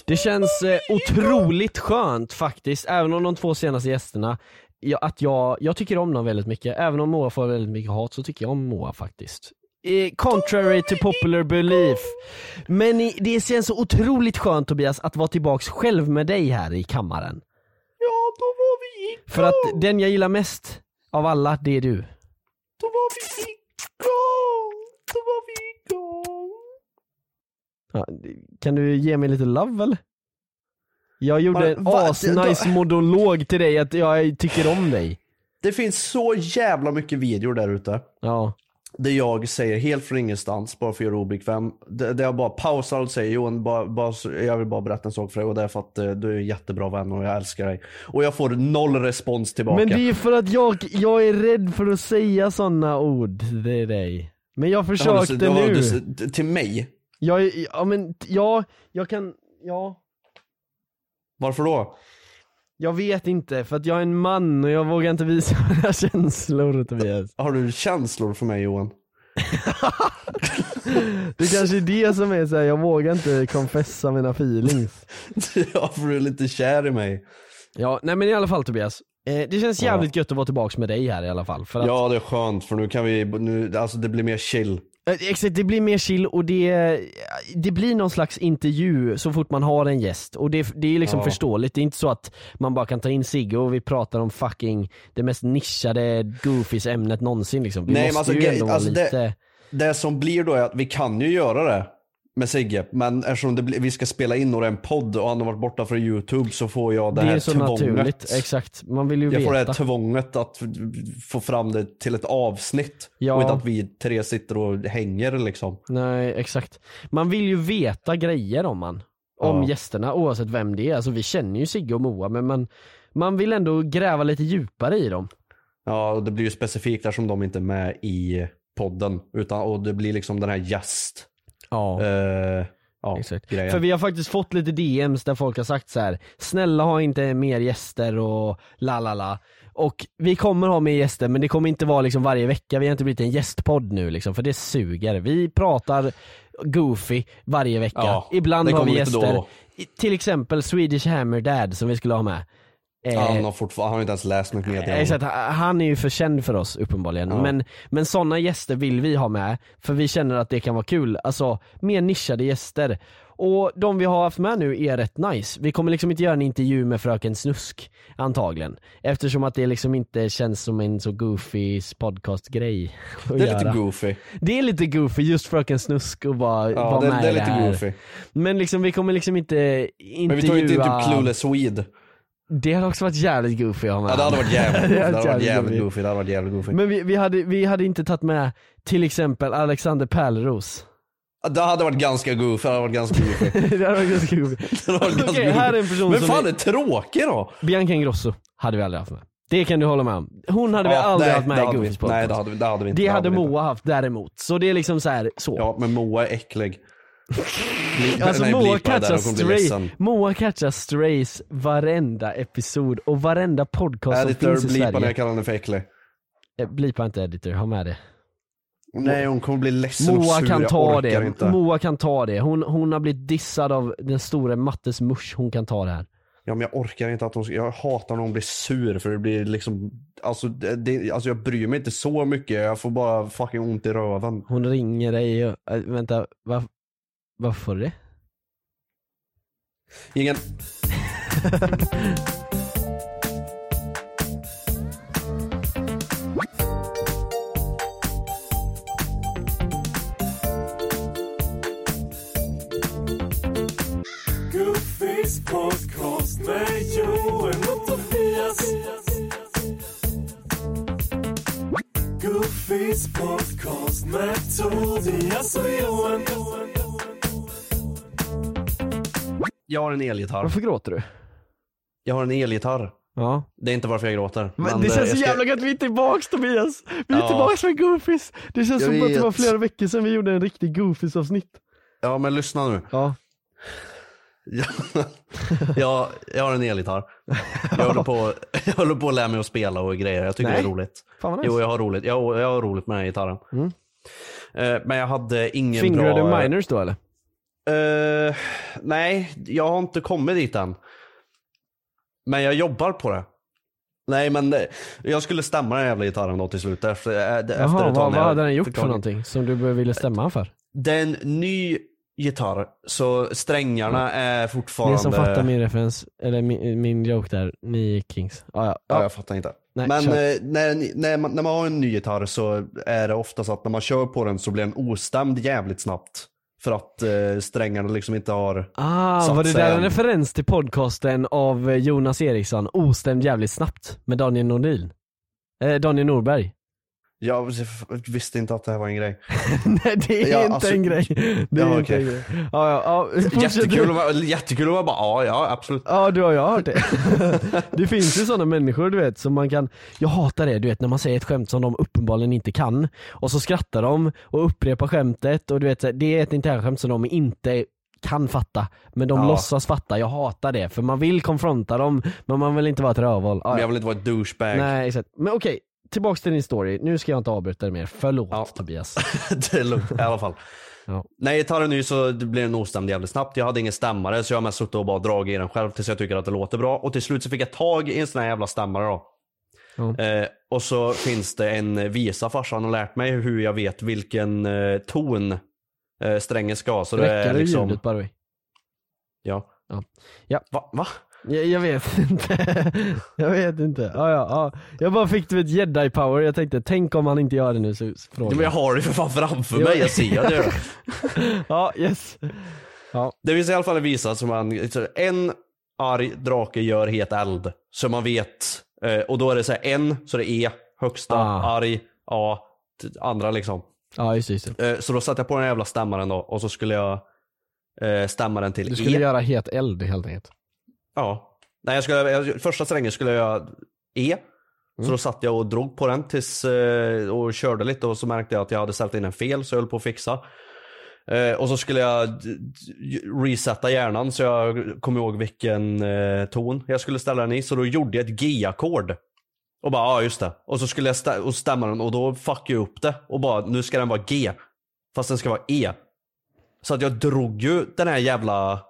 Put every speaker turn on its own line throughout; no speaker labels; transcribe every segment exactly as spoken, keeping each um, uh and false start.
Det känns eh, otroligt skönt faktiskt, även om de två senaste gästerna, ja, att jag, jag tycker om dem väldigt mycket. Även om Moa får väldigt mycket hat så tycker jag om Moa faktiskt. Eh, contrary to popular belief. Men i, det känns så otroligt skönt, Tobias, att vara tillbaks själv med dig här i kammaren.
Ja, då var vi igång.
För att den jag gillar mest av alla, det är du.
Då var vi igång. Då var vi igång.
Ja, kan du ge mig lite love eller? Jag gjorde en
Va-
asnice monolog till dig att jag tycker om dig.
Det finns så jävla mycket videor där ute.
Ja.
Det jag säger helt från ingenstans, bara för att göra obekväm. Det, det jag bara pausar och säger, Johan, bara, bara, jag vill bara berätta en sak för dig. Och det är för att uh, du är en jättebra vän och jag älskar dig. Och jag får noll respons tillbaka.
Men det är för att jag, jag är rädd för att säga såna ord till dig. Men jag försökte
ja, du,
nu.
Du, du, till mig?
Jag, ja men, ja, jag kan, ja.
Varför då?
Jag vet inte, för att jag är en man och jag vågar inte visa mina känslor, Tobias.
Har du känslor för mig, Johan?
Det kanske är det som är så här, jag vågar inte confessa mina feelings.
Ja, för du är lite kär i mig.
Ja, nej men i alla fall, Tobias. Eh, det känns jävligt ja. gött att vara tillbaka med dig här i alla fall. För att,
ja, det är skönt, för nu kan vi, nu, alltså det blir mer chill.
Exakt, det blir mer chill och det, det blir någon slags intervju så fort man har en gäst. Och det, det är liksom ja. förståeligt. Det är inte så att man bara kan ta in Sigge och vi pratar om fucking det mest nischade goofies ämnet någonsin liksom. Vi
Nej,
måste
men
ju
alltså,
ändå
alltså,
vara lite...
det, det som blir då är att vi kan ju göra det med Sigge, men eftersom det blir, vi ska spela in några en podd och han har varit borta från YouTube, så får jag det, det här är så tvånget. Naturligt,
exakt. Man vill ju
jag
veta.
får det här tvånget att få fram det till ett avsnitt ja. och inte att vi tre sitter och hänger liksom.
Nej, exakt. Man vill ju veta grejer om man om ja. gästerna, oavsett vem det är. Alltså vi känner ju Sigge och Moa, men man, man vill ändå gräva lite djupare i dem.
Ja, och det blir ju specifikt där som de inte är med i podden, utan, och det blir liksom den här gäst.
Ja.
Uh, ja,
exakt. För vi har faktiskt fått lite D Ms där folk har sagt så här: snälla ha inte mer gäster och la la la. Och vi kommer ha mer gäster, men det kommer inte vara liksom varje vecka. Vi har inte blivit en gästpodd nu liksom, för det suger. Vi pratar goofy varje vecka. Ja, ibland har vi gäster. Då. Till exempel Swedish Hammer Dad som vi skulle ha med.
Ja, han har fortfarande, han har inte ens läst något med det.
Exakt, han är ju för känd för oss uppenbarligen. Ja. Men, men sådana gäster vill vi ha med, för vi känner att det kan vara kul. Alltså, mer nischade gäster. Och de vi har haft med nu är rätt nice. Vi kommer liksom inte göra en intervju med Fröken Snusk, antagligen. Eftersom att det liksom inte känns som en så goofy podcastgrej.
Det är göra. lite goofy.
Det är lite goofy, just Fröken Snusk och bara
ja,
vara
det,
med
det är
det
lite
här.
Goofy.
Men liksom vi kommer liksom inte intervjua...
Men vi tar ju inte typ Clueless Swede.
Det hade också varit jävligt goofy av mig.
Ja, det hade varit jävligt, det hade varit jävligt goofy. Det hade varit jävligt goofy.
Men vi, vi, hade, vi hade inte tagit med till exempel Alexander Pärleros.
Det hade varit ganska goofy. Det hade varit ganska goofy.
Det hade varit ganska goofy.
Det hade varit ganska
okay,
goofy.
Här är en person
men
som
fan
är...
är tråkig då?
Bianca Ingrosso hade vi aldrig haft med. Det kan du hålla med om. Hon hade ja, vi aldrig
nej,
haft med i Goofys podcast.
Nej, det hade vi, det hade vi inte.
Det
det
hade,
hade
Moa haft däremot. Så det är liksom så här, så.
Ja, men Moa är äcklig. Bli,
alltså
nej,
Moa catchar,
stray,
Moa catchar strays varenda episod och varenda podcast
editor,
som finns i Sverige.
Editor, blipa, jag kallar henne för äcklig.
Blipa inte editor, ha med det.
Nej, hon kommer bli ledsen
Moa
och sur,
kan ta det.
Inte.
Moa kan ta det. Hon, hon har blivit dissad av den stora Mattes musch. Hon kan ta det här.
Ja, men jag orkar inte att hon, jag hatar när hon blir sur, för det blir liksom, alltså, det, alltså jag bryr mig inte så mycket, jag får bara fucking ont i röven.
Hon ringer dig och, äh, vänta, vad vad får det?
Ingen.
Goofys podcast med Johan och Tobias. Goofys podcast med Tobias och Johan.
Jag har en elgitarr.
Varför gråter du?
Jag har en elgitarr.
Ja.
Det är inte varför jag gråter.
Men men det känns så ska... jävla gött att vi är tillbaks, Tobias. Vi är ja. tillbaks med Goofys. Det känns jag som vet. Att det var flera veckor sedan vi gjorde en riktig Goofys-avsnitt.
Ja, men lyssna nu.
Ja.
jag, jag har en elgitarr. Jag håller på Jag håller på att lära mig att spela och grejer. Jag tycker Nej. det är roligt.
Fan vad nice.
Jo, jag har roligt. Jag, jag har roligt med den här gitarren.
Mm.
uh, Men jag hade ingen
Fingrar
bra...
du minors då eller?
Uh, nej, jag har inte kommit dit än. Men jag jobbar på det. Nej, men jag skulle stämma den jävla gitarren då till slut. Efter, efter
Jaha,
ett
vad, vad hade den gjort
förklar...
för någonting som du ville stämma för?
Det är en ny gitarr, så strängarna är fortfarande...
Ni som fattar min referens, eller min, min joke där, ni Kings. Ah, ja.
Ja, jag fattar inte.
Nej,
men
kör.
eh, när, när, man, när man har en ny gitarr så är det ofta så att när man kör på den så blir den ostämd jävligt snabbt. För att eh, strängarna liksom inte har
Ah,
satt
var det
sig
där
än.
en referens till podcasten av Jonas Eriksson, Ostämd jävligt snabbt, med Daniel Nordin? Eh, Daniel Norberg.
Jag visste inte att det här var en grej.
Nej, det är
Ja,
inte
alltså-
en grej. Det är
Ja,
inte
okej.
en grej. Ja, ja, ja.
Jättekul, att vara- jättekul att vara bara, ja, ja, absolut.
Ja, du har jag hört det. Det finns ju sådana människor, du vet, som man kan... Jag hatar det, du vet, när man säger ett skämt som de uppenbarligen inte kan, och så skrattar de och upprepar skämtet, och du vet, det är ett internskämt som de inte kan fatta, men de
Ja.
låtsas fatta. Jag hatar det, för man vill konfronta dem, men man vill inte vara ett rövhål. Ja,
Men
ja.
jag vill inte vara ett douchebag.
Nej, exakt. Men okej, tillbaks till din story. Nu ska jag inte avbryta det mer. Förlåt,
Ja.
Tobias.
Det är lugnt, i alla fall.
Ja.
När jag tar den ny så blir den ostämd jävligt snabbt. Jag hade ingen stämmare så jag har mest suttit och bara dragit i den själv tills jag tycker att det låter bra. Och till slut så fick jag tag i en sån här jävla stämmare då.
Ja.
Eh, och så finns det en visa farsan har lärt mig hur jag vet vilken eh, ton eh, strängen ska ha. Så det
Räcker
är
det
liksom...
ljudet, by the way?
Ja.
Ja. Ja.
Va? Va?
Jag, jag vet inte. Jag vet inte. Ja, ja, ja. Jag bara fick du ett Jedi power. Jag tänkte, tänk om han inte gör det nu, så fråga.
Ja, men jag har det för fan framför
Jo.
mig, jag ser det.
Ja, yes. Ja.
Det finns i alla fall en visa som man, en arg drake gör het eld. Så man vet, eh, och då är det så här en, så det är högsta,
Ah.
arg, A, t- andra liksom.
Ja, just det, just det.
Eh, så då satte jag på den jävla stämmaren då, och så skulle jag eh, stämma den till
Du skulle
E.
göra het eld helt enkelt.
Ja. Nej, jag skulle, jag, första strängen skulle jag göra E. Så
Mm.
då satt jag och drog på den tills, eh, och körde lite, och så märkte jag att jag hade ställt in en fel, så jag höll på att fixa. Eh, och så skulle jag d- d- resetta hjärnan så jag kom ihåg vilken eh, ton jag skulle ställa den i. Så då gjorde jag ett G-ackord. Och bara, ja just det. Och så skulle jag stä- och stämma den, och då fuckade jag upp det. Och bara, nu ska den vara G. Fast den ska vara E. Så att jag drog ju den här jävla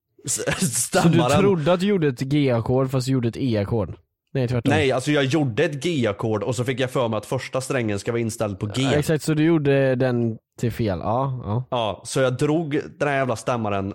s-
Så du
stämmaren.
trodde att du gjorde ett G-ackord fast du gjorde ett E-ackord? Nej, tvärtom.
Nej, alltså jag gjorde ett G-ackord och så fick jag för mig att första strängen ska vara inställd på G.
Ja, exakt, så du gjorde den till fel. Ja, ja.
Ja, så jag drog den här jävla stämmaren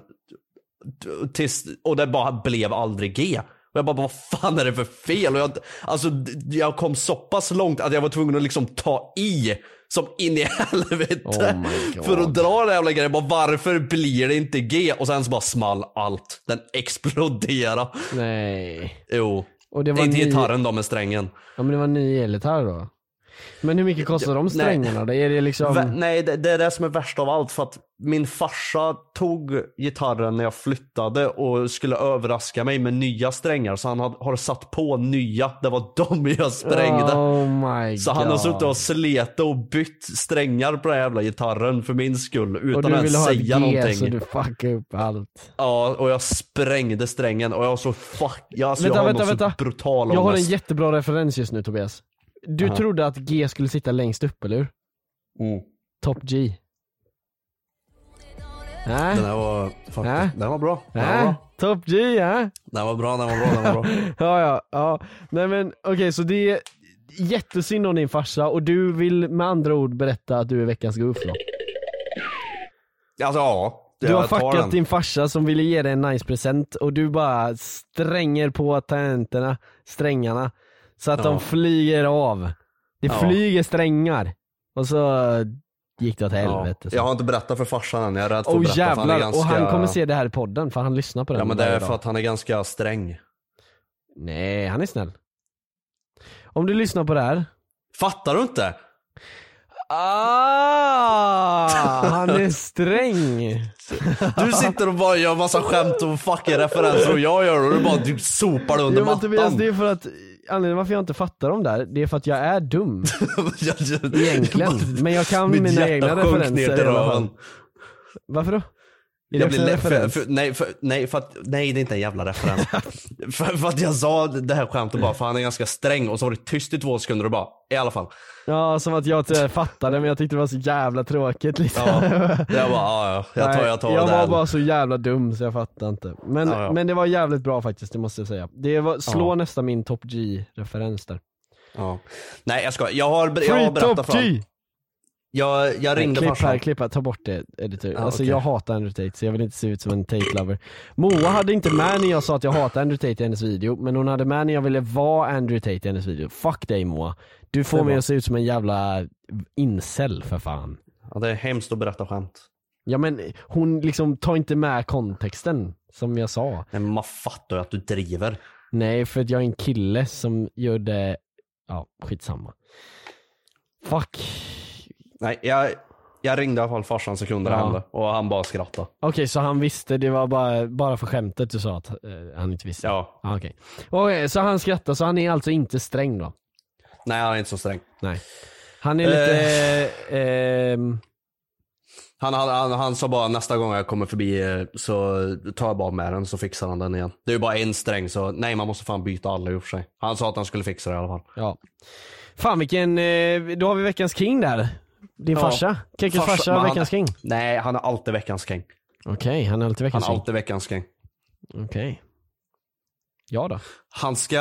tills, och det bara blev aldrig G. Och jag bara, vad fan är det för fel? Och jag, alltså, jag kom så pass långt att jag var tvungen att liksom ta i som in i helvete.
Oh my God.
För att dra den jävla grejen. Bara, varför blir det inte G? Och sen så bara small allt. Den exploderade.
Nej.
Jo.
Och det var
Inte
ny...
gitarren då, med strängen.
Ja, men det var ny elgitarr då. Men hur mycket kostar de strängarna då? Är det liksom...
Vä- Nej, det, det är det som är värst av allt. För att min farsa tog gitarren när jag flyttade och skulle överraska mig med nya strängar. Så han har, har satt på nya. Det var de jag sprängde.
Oh my
Så
God.
han har suttit och slet och bytt strängar på den här jävla gitarren för min skull.
och
Utan
du
att
ville
ens
ha ett
säga
G
någonting.
så du fuckade upp allt.
Ja, och jag sprängde strängen. Och jag var så fuck. Jag, alltså,
Vänta,
jag har
vänta,
någon så
vänta.
brutal
Jag har en
ångest.
jättebra referens just nu, Tobias. Du
Aha.
trodde att G skulle sitta längst upp, eller hur?
Mm.
Top G.
Den
Äh?
här var faktiskt,
Äh?
den var bra. Den var
Äh?
bra.
Top G, ja?
Den var bra, den var bra, den var bra.
Ja, ja, ja. Nej men okej, så det är jättesynd om din farsa, och du vill med andra ord berätta att du är veckans goof då.
Alltså ja.
Du har
jag tar
fuckat
den.
din farsa som ville ge dig en nice present, och du bara stränger på tangenterna, strängarna, så att
Ja.
de flyger av. Det
Ja.
flyger strängar. Och så gick det åt helvete.
Ja.
så.
Jag har inte berättat för farsan än, jag är rädd för att
Åh
berätta, för han är
jävlar,
ganska...
och han kommer se det här i podden för han lyssnar på den.
Ja, men det
varje
är
dag.
för att han är ganska sträng.
Nej, han är snäll. Om du lyssnar på det här.
Fattar du inte?
Ah, han är sträng.
Du sitter och bara gör massa skämt och fucking referenser och jag gör och du bara du sopar det under
Ja, men Tobias,
mattan.
det är för att anledningen varför jag inte fattar dem där, det är för att jag är dum
Jag- jag-
egentligen. Men jag kan
Mitt
mina
hjärta
egna
sjönk ner
referenser
till
i alla fall.
röven.
Varför då? Är
Jag
det
blir
också
lä-
en
för,
referens?
för, nej, för, nej, för att, nej, det är inte en jävla referens. för, för att jag sa det här skämtet bara, för han är ganska sträng. Och så var det tyst i två sekunder och bara, i alla fall.
Ja, som att jag inte fattade, men jag tyckte det var så jävla tråkigt liksom.
Ja, jag bara, ja, ja, jag tar, jag tar
Nej, jag
det
var
där.
bara så jävla dum så jag fattade inte. Men,
Ja, ja.
men det var jävligt bra faktiskt, det måste jag säga. Det var, slå
Ja.
nästan min Top G-referens där.
Ja. Nej, jag ska. Jag har, jag har
Free
berättat
Top
för honom.
G!
Jag, jag ringde
klipp
farsan.
här, klipp här, ta bort det editor.
Ja,
Alltså
okej.
jag hatar Andrew Tate så jag vill inte se ut som en Tate-lover. Moa hade inte med när jag sa att jag hatar Andrew Tate i hennes video, men hon hade med när jag ville vara Andrew Tate i hennes video. Fuck dig Moa. Du får
Det
mig
var-
att se ut som en jävla incel för fan.
Ja, det är hemskt att berätta skämt.
Ja men hon liksom tar inte med kontexten som jag sa.
Men man fattar ju att du driver.
Nej, för att jag är en kille som gör det. Ja, skitsamma. Fuck.
Nej, jag, jag ringde i alla fall farsan sekunder
Ja.
hände. Och han bara skrattade.
Okej, så han visste, det var bara, bara för skämtet du sa att eh, han inte visste?
Ja.
Ah, okej. Okej, så han skrattar, så han är alltså inte sträng då?
Nej, han är inte så sträng.
Nej. Han är lite... Eh, ehm,
Han, han, han, han sa bara, nästa gång jag kommer förbi eh, så tar jag bara med den så fixar han den igen. Det är ju bara en sträng så nej, man måste fan byta alla i och för sig. Han sa att han skulle fixa det i alla fall.
ja. Fan vilken, eh, då har vi veckans king där. Din
Ja.
farsa. Kekkes
Farsa-
farsa,
men han-
veckans king.
Nej, han är alltid veckans king.
Okej, han är alltid
Han
veckans
är
king.
alltid veckans king.
Okej. Ja då.
Han ska...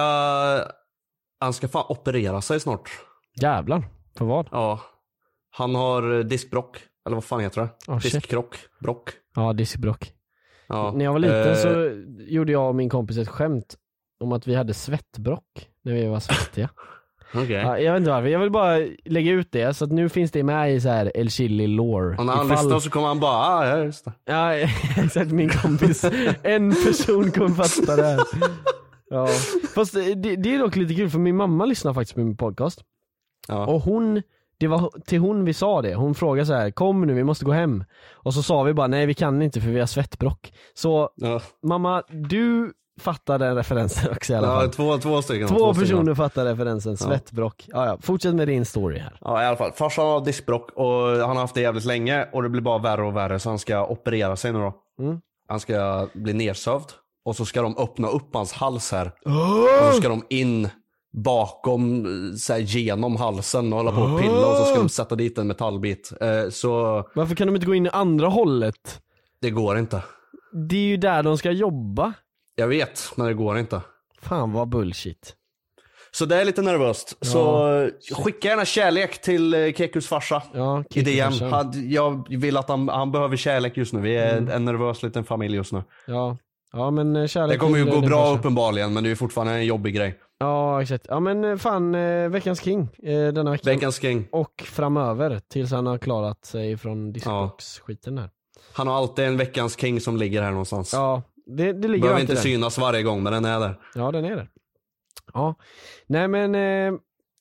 Han ska fan operera sig snart.
Jävlar. För vad?
Ja. Han har eh, diskbrock. Eller vad fan heter det?
Oh, shit.
Diskkrock. Brock.
Ja, diskbrock.
Ja.
När jag var liten
Eh,
så gjorde jag och min kompis ett skämt om att vi hade svettbrock när vi var svettiga.
Okej.
Ja, jag vet inte varför, jag vill bara lägga ut det så att nu finns det med i så här El Chili lore.
Och när han lyssnar så kommer han bara, ah, ja just det.
Ja, exakt, min kompis. En person kommer fatta det här. Ja. Fast det, det är dock lite kul för min mamma lyssnar faktiskt på min podcast.
Ja.
Och hon, det var till hon vi sa det. Hon frågade så här: kom nu, vi måste gå hem. Och så sa vi bara, nej vi kan inte för vi har svettbrock. Så
Ja.
mamma, du fattar den referensen också i alla
Ja,
fall.
två, två stycken.
Två
stycken.
personer fattar referensen, svettbrock. Ja, ja. Fortsätt med din story här.
Ja, i alla fall. Farsan har diskbrock och han har haft det jävligt länge och det blir bara värre och värre så han ska operera sig nu då.
Mm.
Han ska bli nedsövd och så ska de öppna upp hans hals här. Och så ska de in bakom, så här, genom halsen och hålla på och pilla och så ska de sätta dit en metallbit. Eh, så
Varför kan de inte gå in i andra hållet?
det går inte.
Det är ju där de ska jobba.
Jag vet, men det går inte.
Fan vad bullshit.
Så det är lite nervöst.
Ja.
Så skicka gärna kärlek till eh, Kekus farsa.
Ja,
I D M.
Kekkes
Han, jag vill att han, han behöver kärlek just nu. Vi är
Mm.
en nervös liten familj just nu.
Ja. Ja men eh, kärlek
Det kommer ju
till,
gå
eh, din
bra
farsa.
uppenbarligen, men det är ju fortfarande en jobbig grej.
Ja exakt. Ja men eh, fan, eh, veckans king eh, denna veckan.
Veckans king.
Och framöver tills han har klarat sig från diskbox-skiten där.
Han har alltid en veckans king som ligger här någonstans.
Ja, det, det ligger
Behöver
alltid
inte
där.
synas varje gång, men den är där.
Ja den är det. Ja. Nej men eh,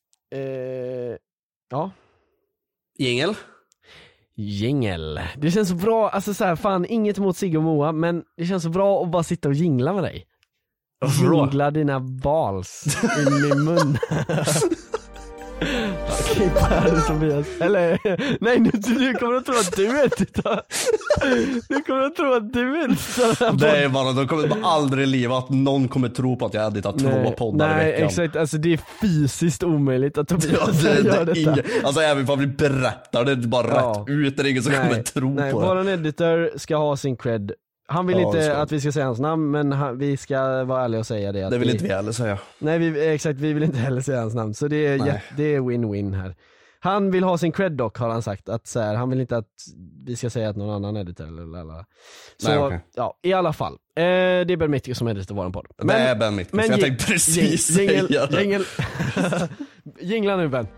eh, ja.
Jingel?
Jingel. Det känns så bra, alltså så här, fan inget mot Sigge och Moa, men det känns så bra att bara sitta och jingla med dig.
Varför då?
Jingla dina bals i min mun. Klipp här Tobias. Eller, nej nu du kommer att tro att du är titta. Du kommer att tro att du är titta.
Nej mannen, de kommer bara aldrig i livet att någon kommer tro på att jag har editat två poddar i
nej
veckan.
exakt, alltså det är fysiskt omöjligt att
Ja,
Tobias
det,
gör
det,
detta.
inga, alltså även om vi berättar det bara
Ja.
rätt ut, det är ingen som
Nej,
kommer tro
nej,
på det.
våran editor ska ha sin cred. Han vill
Ja,
inte
det ska.
att vi ska säga hans namn, men han, vi ska vara ärliga och säga det. Att
Det vill inte vi heller säga.
Nej vi, exakt, vi vill inte heller säga hans namn. Så det är,
Nej.
jät- det är win-win här. Han vill ha sin cred dock, har han sagt. Att så här, han vill inte att vi ska säga att någon annan editor eller lala. Så
Nej, okej.
ja, i alla fall. Eh, det är Ben Mitchell som editor våran podd.
det är Ben Mitchell,
men
jag
jing-
tänkte precis
jing- jingel-
säga det.
jingel- Jingla nu Ben.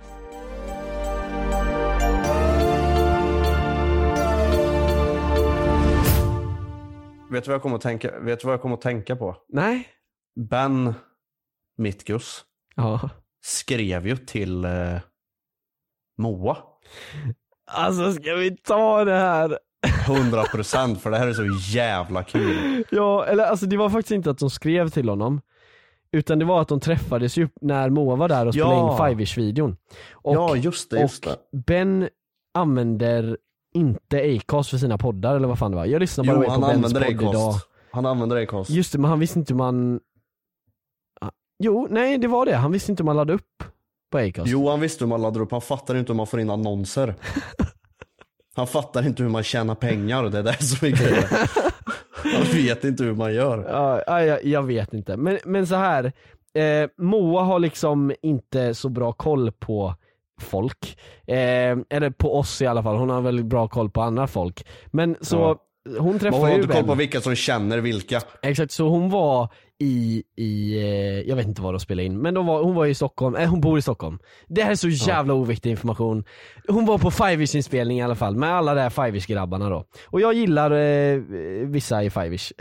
Vet du vad jag kommer att tänka, vet du vad jag kommer att tänka på?
Nej.
Ben Mitkus
Ja.
skrev ju till eh, Moa.
Alltså ska vi ta det här?
hundra procent, för det här är så jävla kul.
Ja, eller alltså det var faktiskt inte att de skrev till honom. Utan det var att de träffades ju när Moa var där och spelade
Ja.
in Five-ish-videon. Och,
Ja, just det, just
och
det.
Ben använder inte Acast för sina poddar eller vad fan det var. Jag lyssnade bara
jo,
på
han
Bens
använder
podd
Acast.
idag.
Han använder Acast.
Just det, men han visste inte hur man... Jo, nej det var det. Han visste inte hur man laddade upp på Acast.
Jo, han visste hur man laddar upp. Han fattar inte hur man får in annonser. Han fattar inte hur man tjänar pengar. Det är det som är grejen. Han vet inte hur man gör.
Ja, jag, jag vet inte. Men, men så här. Eh, Moa har liksom inte så bra koll på folk. Eh, eller på oss i alla fall. Hon har väldigt bra koll på andra folk. Men så...
Ja.
Hon träffar
Man har
ju
inte koll
Ben.
på vilka som känner vilka.
Exakt, så hon var i, i eh, jag vet inte vad de spelade in, men de var, hon var i Stockholm, äh, hon bor i Stockholm. Det här är så jävla ja. oviktig information. Hon var på Five-ish inspelning i alla fall, med alla där Five-ish grabbarna då. Och jag gillar eh, vissa i Five-ish.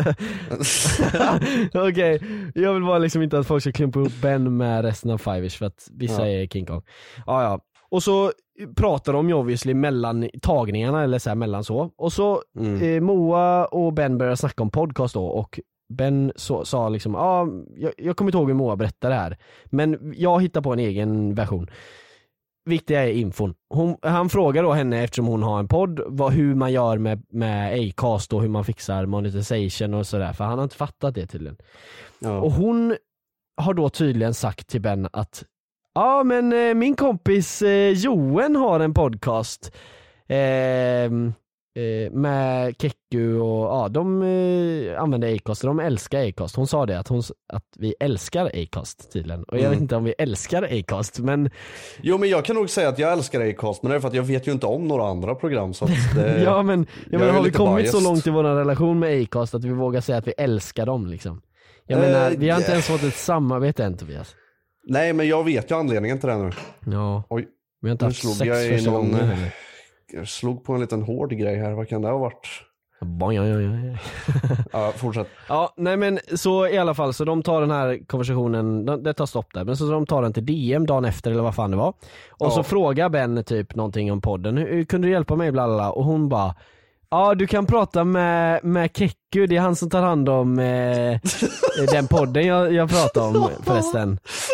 Okej, okay. Jag vill bara liksom inte att folk ska klumpa ihop Ben med resten av Five-ish, för att vissa ja. är King Kong. Ja, ja. Och så pratar de ju obviously mellan tagningarna eller så här mellan så. Och så mm. eh, Moa och Ben började snacka om podcast då, och Ben så, sa liksom, ja, ah, jag, jag kommer inte ihåg hur Moa berättade det här, men jag hittar på en egen version. Viktiga är infon. Hon, han frågar då henne, eftersom hon har en podd, vad, hur man gör med, med Acast och hur man fixar monetization och sådär, för han har inte fattat det tydligen. Ja. Och hon har då tydligen sagt till Ben att ja, men eh, min kompis eh, Joen har en podcast eh, eh, med Kekku och ja, de eh, använder Acast och de älskar Acast. Hon sa det, att, hon, att vi älskar Acast tydligen. Och jag mm. vet inte om vi älskar Acast, men...
Jo, men jag kan nog säga att jag älskar Acast, men det är för att jag vet ju inte om några andra program. Så att det...
ja, men, jag men har vi kommit
biased.
så långt i vår relation med Acast att vi vågar säga att vi älskar dem liksom? Jag uh, menar, vi har inte yeah. ens fått ett samarbete än, Tobias.
Nej, men jag vet ju anledningen till det nu.
Ja.
Oj.
Vi har inte haft sex första
någon,
gången.
Jag slog på en liten hård grej här. Vad kan det ha varit?
Boing, oj, oj, oj.
Ja, fortsätt.
Ja, nej men så i alla fall, så de tar den här konversationen, det tar stopp där, men så de tar den till D M dagen efter eller vad fan det var. Och ja. så frågar Ben typ någonting om podden. Hur kunde du hjälpa mig, blalala? Och hon bara, ja, du kan prata med, med Kekku, det är han som tar hand om eh, den podden jag, jag pratar om förresten.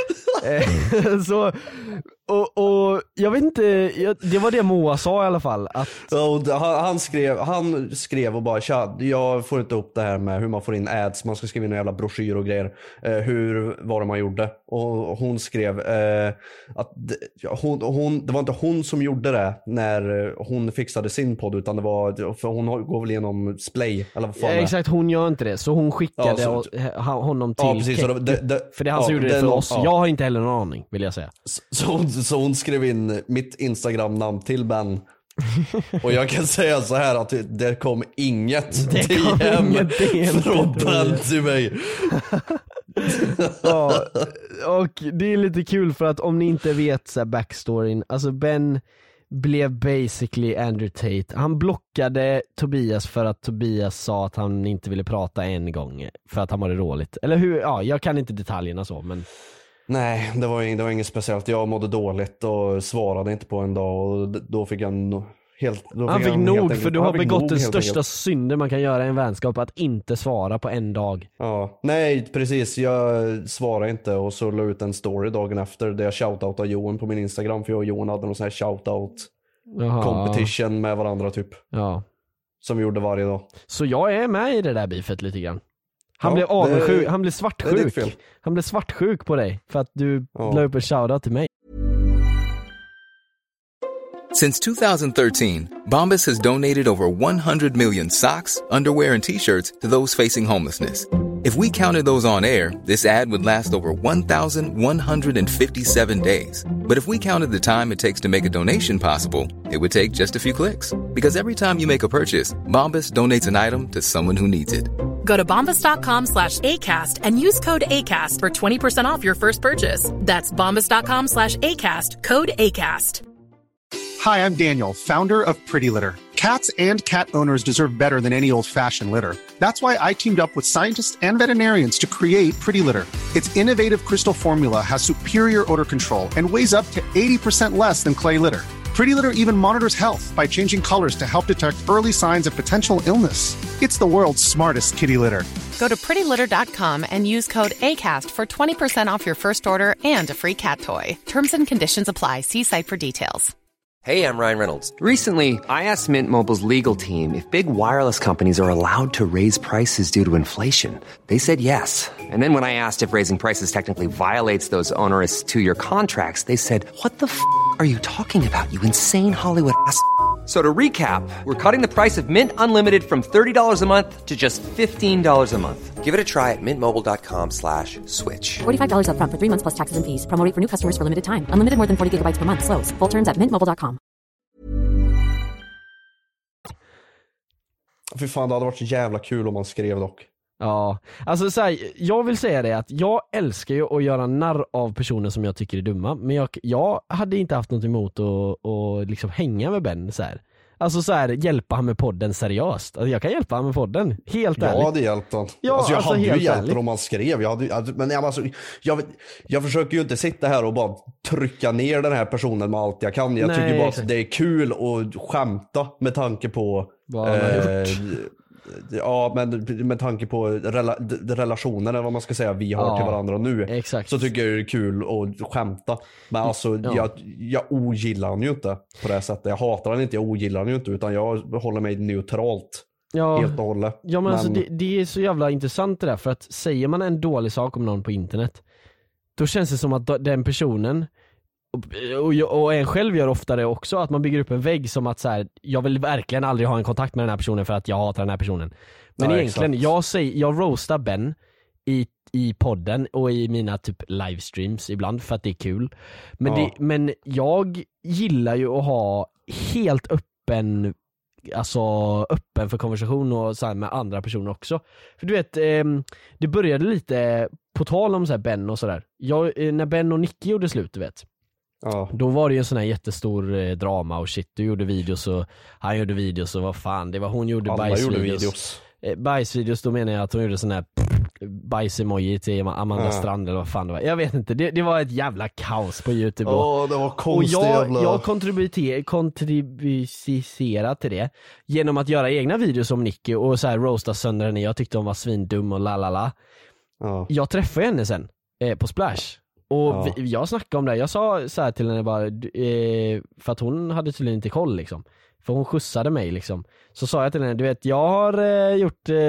Så och, och jag vet inte, jag, det var det Moa sa i alla fall att...
ja, han, han, skrev, han skrev och bara, tja, jag får inte upp det här med hur man får in ads, man ska skriva in en jävla broschyr och grejer, eh, hur var det man gjorde. Och hon skrev eh, att hon, hon, det var inte hon som gjorde det när hon fixade sin podd, utan det var, för hon går väl igenom Splay eller vad fan
ja, exakt, hon gör inte det, så hon skickade ja, så, honom till
ja, precis, så det, det,
för det är han som ja, gjorde det, det för oss, ja. Jag har inte heller någon aning, vill jag säga.
Så, så, hon, så hon skrev in mitt Instagram-namn till Ben. Och jag kan säga så här att det kom inget
det
D M från Ben till mig.
Ja, och det är lite kul för att om ni inte vet så här backstoryn, alltså Ben blev basically Andrew Tate. Han blockade Tobias för att Tobias sa att han inte ville prata en gång för att han mådde dåligt. Eller hur, ja, jag kan inte detaljerna så, men
nej, det var, det var inget speciellt. Jag mådde dåligt och svarade inte på en dag, och då fick han helt... Då
han
fick
fick
han
nog,
enkelt,
för du har begått
nog,
den största
enkelt.
synden man kan göra i en vänskap, att inte svara på en dag.
Ja, nej precis, jag svarade inte och så la ut en story dagen efter där jag shoutoutade Johan på min Instagram, för jag och Johan hade någon sån här shoutout Jaha. competition med varandra typ.
Ja.
Som vi gjorde varje dag.
Så jag är med i det där bifet lite grann. Han
ja,
blev avundsjuk,
det,
han blev svartsjuk. Han blev svartsjuk på dig för att du ja. la upp en shoutout till mig.
Since two thousand thirteen, Bombas has donated over one hundred million socks, underwear and t-shirts to those facing homelessness. If we counted those on air, this ad would last over one thousand one hundred fifty-seven days. But if we counted the time it takes to make a donation possible, it would take just a few clicks. Because every time you make a purchase, Bombas donates an item to someone who needs it.
Go to bombas.com slash ACAST and use code ACAST for twenty percent off your first purchase. That's bombas.com slash ACAST, code ACAST.
Hi, I'm Daniel, founder of Pretty Litter. Cats and cat owners deserve better than any old-fashioned litter. That's why I teamed up with scientists and veterinarians to create Pretty Litter. Its innovative crystal formula has superior odor control and weighs up to eighty percent less than clay litter. Pretty Litter even monitors health by changing colors to help detect early signs of potential illness. It's the world's smartest kitty litter.
Go to pretty litter dot com and use code ACAST for twenty percent off your first order and a free cat toy. Terms and conditions apply. See site for details.
Hey, I'm Ryan Reynolds. Recently, I asked Mint Mobile's legal team if big wireless companies are allowed to raise prices due to inflation. They said yes. And then when I asked if raising prices technically violates those onerous two-year contracts, they said, what the f*** are you talking about, you insane Hollywood ass f- So to recap, we're cutting the price of Mint Unlimited from thirty dollars a month to just fifteen dollars a month. Give it a try at mintmobile.com slash switch.
forty-five dollars up front for three months plus taxes and fees. Promo rate for new customers for limited time. Unlimited more than forty gigabytes per month. Slows full terms at mint mobile dot com.
Fy fan, det hade varit så jävla kul om man skrev dock.
Ja, alltså så här, jag vill säga det att jag älskar ju att göra narr av personer som jag tycker är dumma, men jag, jag hade inte haft något emot att, att liksom hänga med Ben så här. Alltså så här, hjälpa han med podden seriöst. Alltså jag kan hjälpa han med podden, helt ärligt.
Ja, det hjälpte han.
Ja,
alltså jag
alltså,
hade ju hjälpt
ärligt.
om man skrev. Jag hade, alltså, men alltså, jag, jag försöker ju inte sitta här och bara trycka ner den här personen med allt jag kan. Jag
Nej,
tycker bara
exakt.
att det är kul att skämta med tanke på
Vad han har gjort.
Ja, men med tanke på rela, de relationen eller vad man ska säga vi har
Ja,
till varandra nu,
exakt.
så tycker jag det är kul att skämta. Men alltså
Ja.
jag, jag ogillar han ju inte på det sättet. Jag hatar han inte, jag ogillar han ju inte, utan jag håller mig neutralt.
Ja,
Helt och hållet.
ja men, men... Alltså, det, det är så jävla intressant det där, för att säger man en dålig sak om någon på internet, då känns det som att den personen och, och, och en själv gör ofta det också, att man bygger upp en vägg som att så här, jag vill verkligen aldrig ha en kontakt med den här personen för att jag hatar den här personen. Men
Ja,
egentligen,
exakt.
jag, säger, jag roastar Ben i, i podden och i mina typ livestreams ibland för att det är kul. Men,
Ja.
det, men jag gillar ju att ha helt öppen, alltså öppen för konversation och så här med andra personer också. För du vet, eh, det började lite på tal om så här Ben och sådär. Jag, eh, när Ben och Nicky gjorde slut, du vet.
Ja.
Då var det ju en sån här jättestor eh, drama och shit, du gjorde videos och han gjorde videos och vad fan, det var hon gjorde
Alla
bajsvideos.
gjorde videos.
Eh, bajsvideos, då menar jag att hon gjorde sån här pff, bajsemoji till Amanda
Ja.
Strand eller vad fan det var. Jag vet inte, det, det var ett jävla kaos på YouTube. Och-
Åh, det var
och
konstigt
jag,
jävla...
jag kontributer, kontribucerar till det genom att göra egna videos om Nicky och så här roasta sönder henne. Jag tyckte hon var svindum och lalala.
Ja.
Jag träffade henne sen eh, på Splash. Och
Ja.
vi, jag snackade om det. Jag sa så här till henne bara, eh, för att hon hade tydligen inte koll liksom. För hon skjutsade mig liksom. Så sa jag till henne, du vet, jag har eh, gjort eh,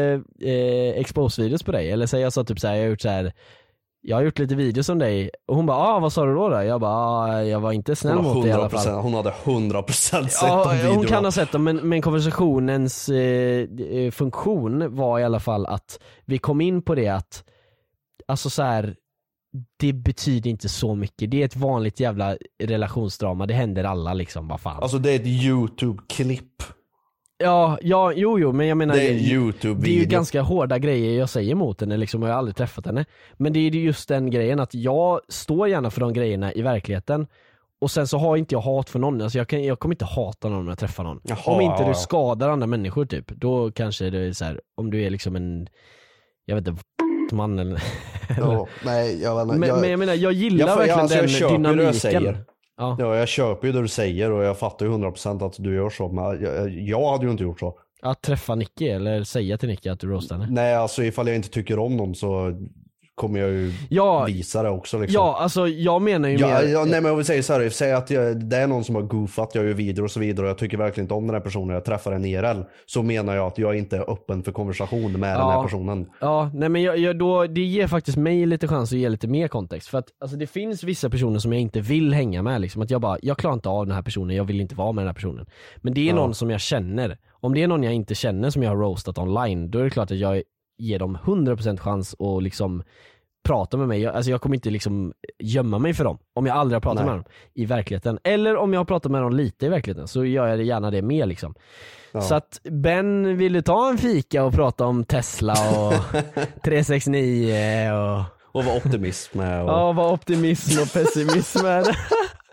eh, expose-videos på dig. Eller så jag sa typ så här, jag har gjort så här, jag har gjort lite videos om dig. Och hon bara, ah, vad sa du då då? Jag bara, ah, jag var inte snäll
Hon,
mot dig i alla fall.
hon hade hundra procent sett
Ja,
de videorna.
hon kan ha sett dem, men, men konversationens eh, eh, funktion var i alla fall att vi kom in på det att, alltså så här, det betyder inte så mycket. Det är ett vanligt jävla relationsdrama. Det händer alla liksom, vad fan.
Alltså det är ett YouTube-klipp.
ja, ja, jo, jo, men jag menar,
Det är en
det är ju
YouTube-video.
ganska hårda grejer jag säger mot henne liksom, och jag har aldrig träffat henne. Men det är ju just den grejen att jag står gärna för de grejerna i verkligheten. Och sen så har inte jag hat för någon. Alltså jag, kan, jag kommer inte hata någon när jag träffar någon.
Jaha,
om inte
ja,
du
ja.
skadar andra människor typ, då kanske det är så här, om du är liksom en, jag vet inte, man eller,
Ja, nej, jag, vet inte,
men,
jag,
men jag menar, jag gillar
jag, jag,
verkligen
alltså, jag
den
köper ju det
dynamiken.
du säger.
Ja.
Ja, jag köper ju det du säger och jag fattar ju hundra procent att du gör så. Men jag, jag hade ju inte gjort så.
Att träffa Nicky eller säga till Nicky att du roastar henne.
Nej, alltså ifall jag inte tycker om någon så kommer jag ju
Ja,
visa det också liksom.
ja, alltså jag menar ju
Ja,
mer...
ja, nej men jag vill säga så här, säg att jag, det är någon som har goofat, jag gör videor och så vidare och jag tycker verkligen inte om den här personen, jag träffar en I R L, så menar jag att jag inte är öppen för konversation med den här personen.
Ja, nej men jag, jag, då, det ger faktiskt mig lite chans att ge lite mer kontext. För att alltså, det finns vissa personer som jag inte vill hänga med liksom, att jag bara, jag klarar inte av den här personen, jag vill inte vara med den här personen. Men det är
Ja.
någon som jag känner. Om det är någon jag inte känner som jag har roastat online, då är det klart att jag ger dem hundra procent chans att liksom prata med mig. Jag, alltså jag kommer inte liksom gömma mig för dem om jag aldrig har pratat
Nej.
med dem i verkligheten. Eller om jag har pratat med dem lite i verkligheten, så gör jag gärna det med liksom.
Ja.
Så att Ben ville ta en fika och prata om Tesla och tre sex nio och
Och vara optimism med och...
ja, vad optimism och pessimism är det.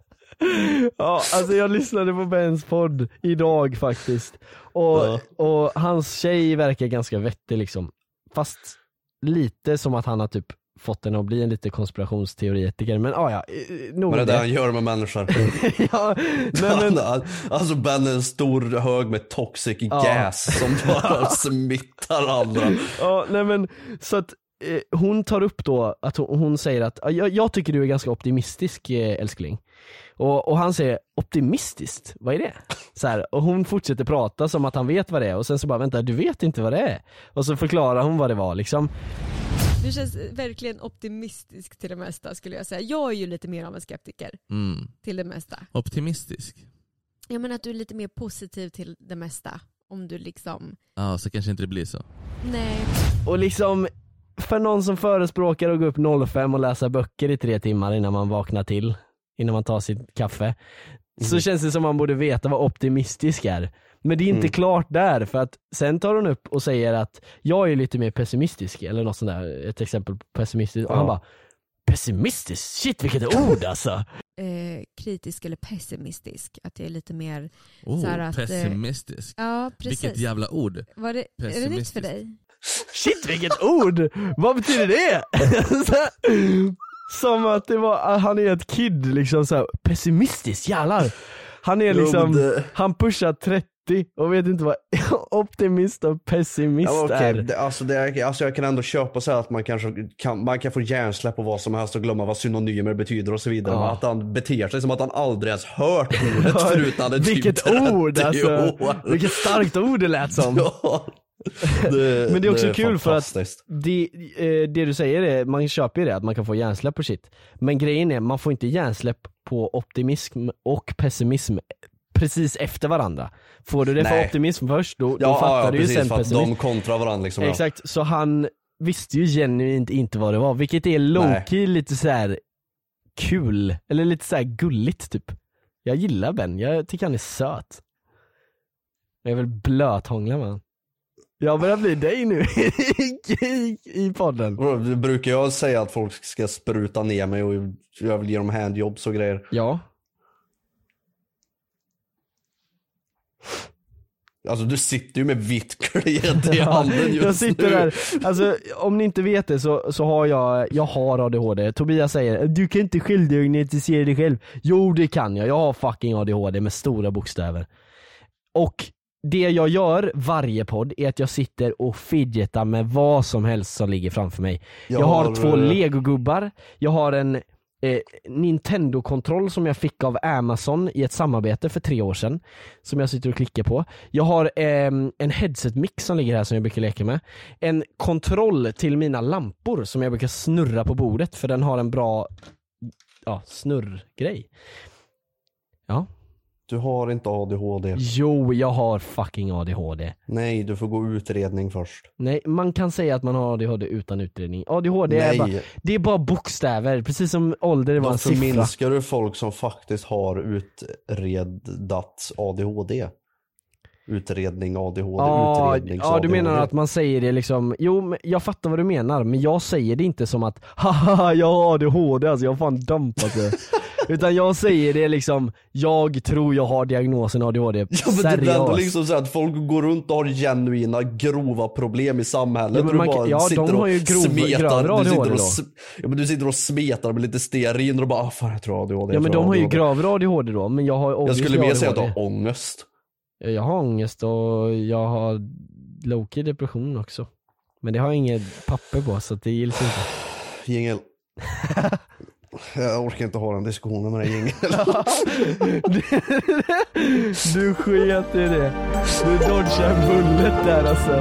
Ja, alltså jag lyssnade på Bens podd idag faktiskt. Och,
Ja.
och hans tjej verkar ganska vettig liksom. Fast lite som att han har typ fått den att bli en lite konspirationsteoretiker. Men ah, ja, eh, nog
Men det är
det.
det han gör med människor.
Ja, nej, men,
Han- Alltså Ben är en stor hög med toxic
Ja.
gas som bara smittar andra.
ja, nej men så att eh, hon tar upp då att hon, hon säger att jag, jag tycker du är ganska optimistisk eh, älskling. Och, och han säger optimistiskt, vad är det? Så här, och hon fortsätter prata som att han vet vad det är. Och sen så bara, vänta, du vet inte vad det är. Och så förklarar hon vad det var liksom.
Du känns verkligen optimistisk till det mesta skulle jag säga. Jag är ju lite mer av en skeptiker
Mm.
till det mesta.
Optimistisk?
Jag menar att du är lite mer positiv till det mesta. Om du liksom...
Ja, så kanske inte det blir så.
Nej.
Och liksom, för någon som förespråkar att gå upp noll fem och läsa böcker i tre timmar innan man vaknar till, innan man tar sitt kaffe, mm. så känns det som man borde veta vad optimistisk är. Men det är inte mm. klart där, för att sen tar hon upp och säger att jag är lite mer pessimistisk, eller något sånt där, ett exempel på pessimistisk. Och
ja.
han bara, pessimistisk? Shit, vilket ord alltså!
Eh, kritisk eller pessimistisk, att det är lite mer
oh,
så här att,
pessimistisk.
Eh, ja, precis.
Vilket jävla ord.
Var det, är det nytt för dig?
Shit, vilket ord! Vad betyder det? Som att det var, han är ett kid liksom så här, pessimistisk, jävlar. Han är liksom, det... han pushar trettio och vet inte vad optimist och pessimist
ja, okay.
är.
Det, alltså, det är. Alltså jag kan ändå köpa så att man kanske kan, man kan få hjärnsläpp på vad som helst och glömma vad synonymer betyder och så vidare. Ja. Att han beter sig som att han aldrig ens hört ordet förut han är typ
vilket ord alltså. År. Vilket starkt ord det lät som.
Ja. Det,
men det är också
det är
kul för att det, det du säger är, man köper ju det att man kan få hjärnsläpp på shit. Men grejen är, man får inte hjärnsläpp på optimism och pessimism precis efter varandra. Får du det Nej. för optimism först, då,
ja,
då fattar
ja,
du ju
precis,
sen
för att
pessimism.
de kontrar varandra liksom.
Exakt, ja. Så han visste ju genuint inte vad det var, vilket är low-key lite så här kul, eller lite så här gulligt typ. Jag gillar Ben, jag tycker han är söt. Jag vill blöthångla med han. Jag börjar bli dig nu i, i podden.
Det brukar jag säga att folk ska spruta ner mig och jag vill ge dem handjobs och grejer.
Ja.
Alltså du sitter ju med vitt kläd i handen just
jag sitter
nu.
Där, alltså om ni inte vet det så, så har jag, jag har A D H D. Tobias säger, du kan inte självdiagnostisera dig själv. Jo det kan jag, jag har fucking A D H D med stora bokstäver. Och det jag gör varje podd är att jag sitter och fidgetar med vad som helst som ligger framför mig. Jag, jag har, har två Lego-gubbar, jag har en eh, Nintendo-kontroll som jag fick av Amazon i ett samarbete för tre år sedan, som jag sitter och klickar på. Jag har eh, en headset-mix som ligger här som jag brukar leka med. En kontroll till mina lampor som jag brukar snurra på bordet, för den har en bra ja, snurrgrej. Ja.
Du har inte A D H D.
Jo, jag har fucking A D H D.
Nej, du får gå utredning först.
Nej, man kan säga att man har A D H D utan utredning. A D H D är bara, det är bara bokstäver, precis som ålder var en siffra.
Varför minskar du folk som faktiskt har utredat A D H D? Utredning, A D H D,
ja,
utredning.
Ja, du menar att man säger det liksom, jo, jag fattar vad du menar, men jag säger det inte som att haha, jag har A D H D, alltså jag har fan dampat det. Utan jag säger det liksom, jag tror jag har diagnosen A D H D.
Ja, men seriöst. Det är ändå liksom så att folk går runt och har genuina, grova problem i samhället.
Ja, men man,
bara
ja de har ju grov, grövre A D H D då.
Ja, men du sitter och smetar med lite stearin och bara, ah, fan jag tror A D H D.
Ja, men de har ju grövre A D H D då, men jag har
Jag skulle mer säga att du har ångest.
Jag har ångest och jag har low-key depression också. Men det har jag inget papper på, så det gills inte.
Jingel. Jag orkar inte ha den diskussionen med dig, Jingel.
Du sket i det. Du dodgar en bullet där alltså.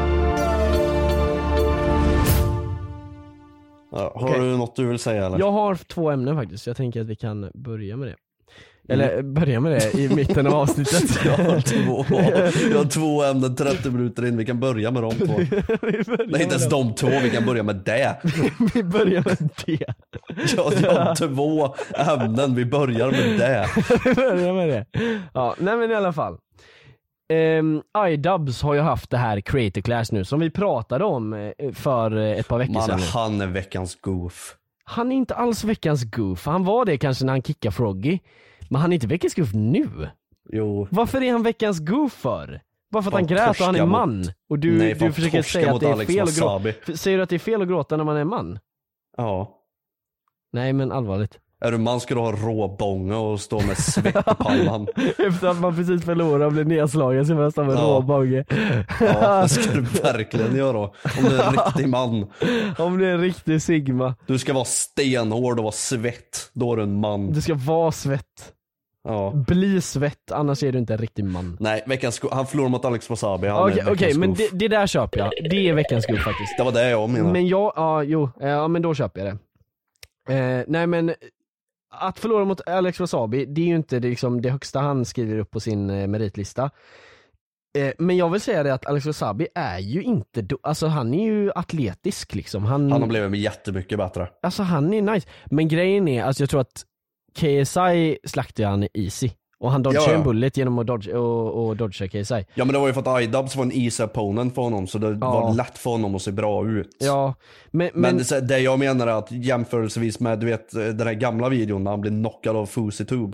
Ja, har okay. du något du vill säga eller?
Jag har två ämnen faktiskt. Jag tänker att vi kan börja med det. Eller mm. börja med det i mitten av avsnittet.
Jag har två, jag har två ämnen trettio minuter in. Vi kan börja med de två. Nej, inte ens de två. Vi kan börja med det.
Vi börjar med det.
Ja, jag har två ämnen. Vi börjar med det.
Vi börjar med det. Ja, nej men i alla fall. Um, iDubbbz har ju haft det här Creator Class nu som vi pratade om för ett par veckor
Man,
sedan.
Han är veckans goof.
Han är inte alls veckans goof. Han var det kanske när han kickade Froggy. Men han är inte veckans goof nu.
Jo.
Varför är han veckans goof för? Bara för att han grät och han är man.
Mot...
Och du,
Nej,
du försöker säga att det är
Alex
fel att gråta. Säger du att det är fel att gråta när man är man?
Ja.
Nej, men allvarligt.
Är du man ska du ha råbånga och stå med svett på pannan.
Efter att man precis förlorar och blir nedslagen så måste man ha
Ja.
råbåge.
Ja, det ska du verkligen göra. Om du är en riktig man.
Om det är en riktig sigma.
Du ska vara stenhård och vara svett. Då är du en man.
Du ska vara svett.
Ja.
Bli svett, annars är du inte en riktig man.
Nej, veckans sko- han förlorar mot Alex Wasabi. Han är
Okej,
veckans
okej, men
skoof.
det, det där köper jag. Det är veckans skoof faktiskt.
Det var det jag menade.
Men jag, ja jo, ja men då köper jag det. Eh, nej men att förlora mot Alex Wasabi, det är ju inte det, liksom, det högsta han skriver upp på sin eh, meritlista. Eh, men jag vill säga det att Alex Wasabi är ju inte, do- alltså han är ju atletisk liksom. Han,
Han har blivit jättemycket bättre.
Alltså han är nice. Men grejen är, alltså jag tror att K S I slaktar han easy. Och han dodgar
Ja, ja.
en bullet genom att dodge, och, och dodga K S I.
Ja, men det var ju för att I-Dubs var en easy opponent för honom. Så det
Ja.
var lätt för honom att se bra ut.
Ja, men,
Men,
men,
det, det jag menar är att jämförelsevis med, du vet, den här gamla videon när han blev knockad av Fousey Tube.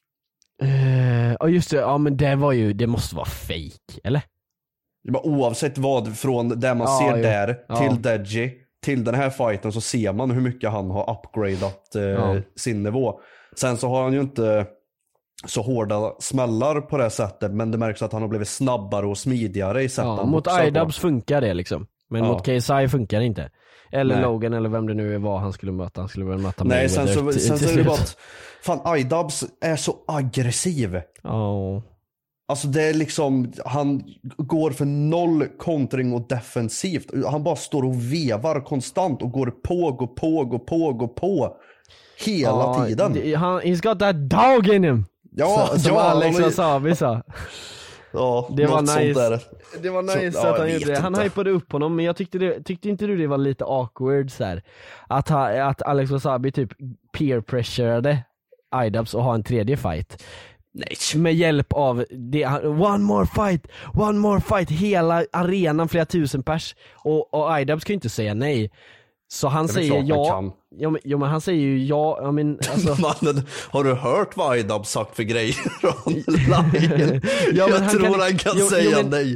eh, ja just det, ja men det var ju, det måste vara fake, eller?
Men oavsett vad, från det man
Ja,
ser
jo.
där
Ja.
till Deji till den här fighten, så ser man hur mycket han har upgradat eh,
Ja.
sin nivå. Sen så har han ju inte så hårda smällar på det sättet, men det märks att han har blivit snabbare och smidigare i sätt
Ja,
han
mot
boxar på.
I-Dubs funkar det liksom. Men
Ja.
mot K S I funkar det inte. Eller
Nej.
Logan eller vem det nu var han skulle möta. Han skulle väl möta
Nej, sen
Mayweather
så,
till-
sen
till
så är det
slut.
bara att fan, I-Dubs är så aggressiv.
Ja.
Alltså det är liksom, han går för noll kontring och defensivt. Han bara står och vevar konstant och går på, går på, går på, går på. Hela
Ja,
tiden.
det- Han, he's got that dog in him.
Ja,
Så, som
ja,
Alex
han är-
Wasabi sa.
Ja,
Det var
något sånt
nice.
där.
Det var nice
Så- ja,
att han
jag
gjorde det.
vet
Han
inte.
hypade upp honom, men jag tyckte, det, tyckte inte du det var lite awkward så här, att, ha, att Alex Wasabi typ peer pressurade I-Dubs och ha en tredje fight.
Nej.
Med hjälp av det, one more fight, one more fight, hela arenan, flera tusen pers. Och, och I-Dubs kan ju inte säga nej. Så han
Det är väl
säger
klart han
ja.
kan.
Jo men, jo men han säger ju ja, I mean, alltså.
Mannen, har du hört vad I-Dub sagt för grejer online?
Ja, men
jag
han
tror
kan-
han kan
jo, jo,
säga
men-
nej.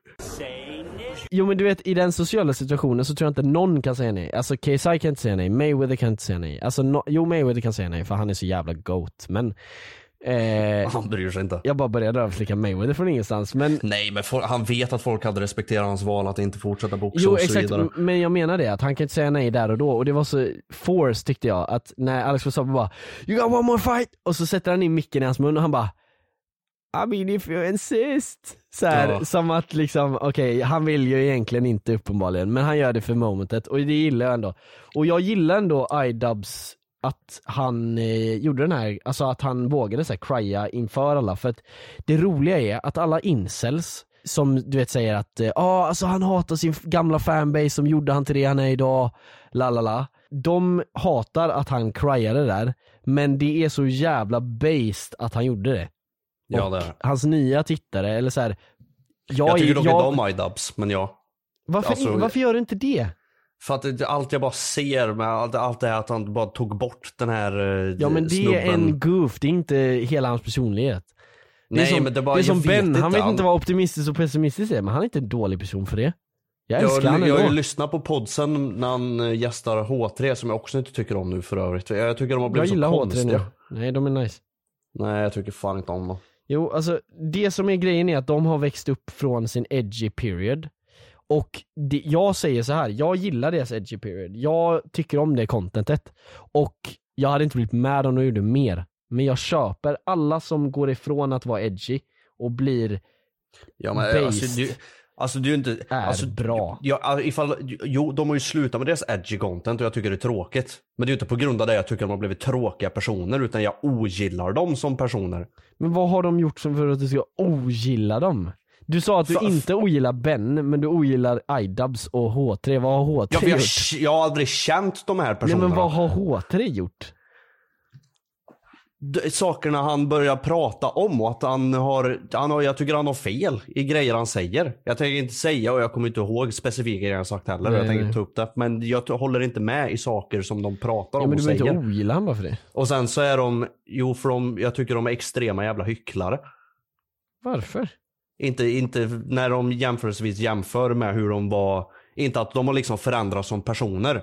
Jo men du vet, i den sociala situationen så tror jag inte någon kan säga nej. Alltså K S I kan inte säga nej, Mayweather kan inte säga nej. Alltså no, jo Mayweather kan säga nej för han är så jävla goat. Men eh,
Han bryr sig inte.
jag bara började överslicka Mayweather från ingenstans. Men
Nej, men for, han vet att folk hade respekterat hans val att inte fortsätta boxa
jo
och så
exakt,
vidare.
m- men jag menar det att han kan inte säga nej där och då. Och det var så force tyckte jag, att när Alex Wasabi bara you got one more fight, och så sätter han in micken i hans mun och han bara I mean if you insist. Så här,
Ja.
som att liksom, okej, okay, han vill ju egentligen inte uppenbarligen, men han gör det för momentet och det gillar jag ändå. Och jag gillar ändå I-Dubs att han eh, gjorde den här, alltså att han vågade så här crya inför alla, för att det roliga är att alla incels som du vet säger att ja, eh, ah, alltså han hatar sin gamla fanbase som gjorde han till det han är idag, la la la. De hatar att han cryade där, men det är så jävla based att han gjorde det.
Ja,
Och
det är.
hans nya tittare, eller så här, jag,
Jag tycker dock
jag,
inte om I-Dubs, men ja.
varför,
alltså-
varför gör du inte det?
För att det, allt jag bara ser med allt, allt det här att han bara tog bort den här eh,
Ja men det
snubben.
är en goof, det är inte hela hans personlighet. Det är
Nej,
som,
men det, bara,
det är som
jag
Ben,
vet
han vet
han-
inte vad optimistisk och pessimistisk är, men han är inte en dålig person för det. Jag älskar
Jag,
han
jag har ju
ändå.
lyssnat på podsen när han eh, gästar H tre, som jag också inte tycker om nu för övrigt. Jag tycker de har
Jag
blivit så
gillar H tre
konstiga.
nu. Nej, de är nice.
Nej, jag tycker fan inte om dem.
Jo, alltså det som är grejen är att de har växt upp från sin edgy period. Och det, jag säger så här, jag gillar deras edgy period. Jag tycker om det contentet. Och jag hade inte blivit med om de gjorde mer. Men jag köper alla som går ifrån att vara edgy och blir
Ja, men
based.
alltså, du, alltså du är inte...
Är
alltså,
bra.
Ja, ifall, jo, de har ju slutat med deras edgy content och jag tycker det är tråkigt. Men det är ju inte på grund av det jag tycker de har blivit tråkiga personer, utan jag ogillar dem som personer.
Men vad har de gjort som för att du ska ogilla dem? Du sa att du
Fa-
inte ogillar Ben, men du ogillar I-Dubs och H tre. Vad har H tre
Ja, för jag,
gjort?
jag har aldrig känt de här
Nej,
personerna.
men vad har H tre gjort?
D- sakerna han börjar prata om och att han har, han har, jag tycker han har fel i grejer han säger. Jag tänker inte säga, och jag kommer inte ihåg specifika grejer han sagt heller.
Nej,
jag tänker
nej.
inte ta upp det, men jag t- håller inte med i saker som de pratar
Ja,
om
men
och
du behöver
säger.
inte ogilla han bara för det.
Och sen så är de, jo för de, jag tycker de är extrema jävla hycklare.
Varför?
Inte, inte när de jämförelsevis jämför med hur de var, inte att de har liksom förändrats som personer.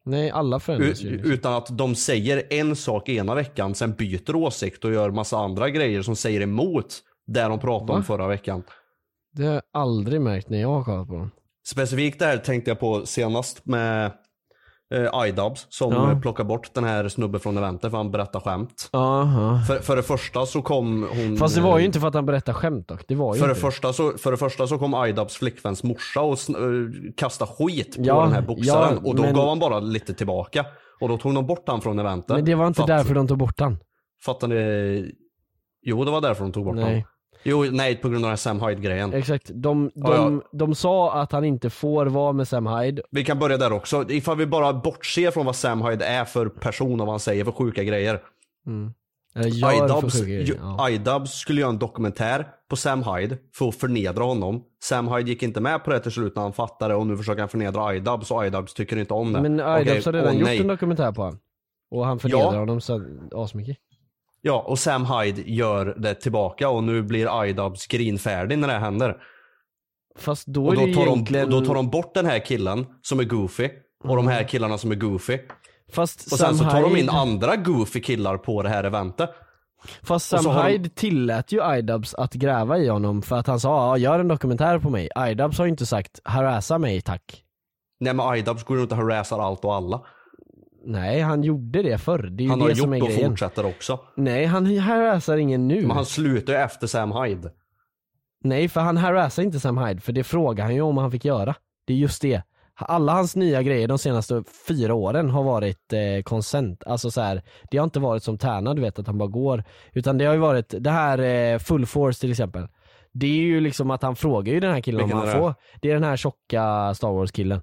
Nej, alla förändras
U-
ju.
utan att de säger en sak ena veckan, sen byter åsikt och gör massa andra grejer som säger emot det de pratade
Va?
om förra veckan.
Det har jag aldrig märkt när jag har kollat på dem.
Specifikt det här tänkte jag på senast med eh, iDubbbz som
Ja.
eh, plockar bort den här snubben från eventet för han berättar skämt.
Aha.
För, för det första så kom hon...
Fast det var ju
eh,
inte för att han berättade skämt dock. Det var ju
För det,
inte.
första så, för det första så kom iDubbbz flickväns morsa och sn- kastade skit på
Ja,
den här boxaren.
ja,
och då
men-
gav han bara lite tillbaka. Och då tog de bort han från eventet.
Men det var inte
För att-
därför de tog bort han.
Fattar ni? Jo, det var därför de tog bort
Nej.
honom. Jo, nej, på grund av den här Sam Hyde-grejen.
Exakt. De, de,
Ja, ja.
de sa att han inte får vara med Sam Hyde.
Vi kan börja där också. Ifall vi bara bortser från vad Sam Hyde är för person och vad han säger för sjuka grejer.
Mm. Eller gör för
iDubbbz,
sjuka grejer, ja.
iDubbbz skulle göra en dokumentär på Sam Hyde för att förnedra honom. Sam Hyde gick inte med på det till slut när han fattade och nu försöker han förnedra iDubbbz och iDubbbz tycker inte om det.
Men
Okej,
iDubbbz har redan
åh,
gjort
nej.
en dokumentär på honom. Och han förnedrar
Ja.
honom så asmycket.
Ja, och Sam Hyde gör det tillbaka och nu blir iDubbbz grinfärdig när det händer.
Fast då
Och
är
då
det
tar,
egentligen...
de, då tar de bort den här killen som är goofy och de här killarna som är goofy.
Fast
Och sen
Sam
så tar de in
Hyde-
andra goofy killar på det här eventet.
Fast
Och
Sam
så har de-
Hyde tillät ju iDubbbz att gräva i honom för att han sa ja, gör en dokumentär på mig. iDubbbz har ju inte sagt harassa mig tack.
Nej, men iDubbbz går runt och harassar allt och alla.
Nej, han gjorde det förr. Det är ju
Han
det
har
som är
gjort och
grejen.
fortsätter också.
Nej, han harassar ingen nu.
Men han slutar ju efter Sam Hyde.
Nej, för han harassar inte Sam Hyde, för det frågar han ju om han fick göra. Det är just det. Alla hans nya grejer de senaste fyra åren har varit eh, consent. Alltså så här, det har inte varit som Tärna, du vet att han bara går. Utan det har ju varit, det här eh, Full Force till exempel. Det är ju liksom att han frågar ju den här killen
Vilken
om
är
han
det?
får. Det är den här tjocka Star Wars killen.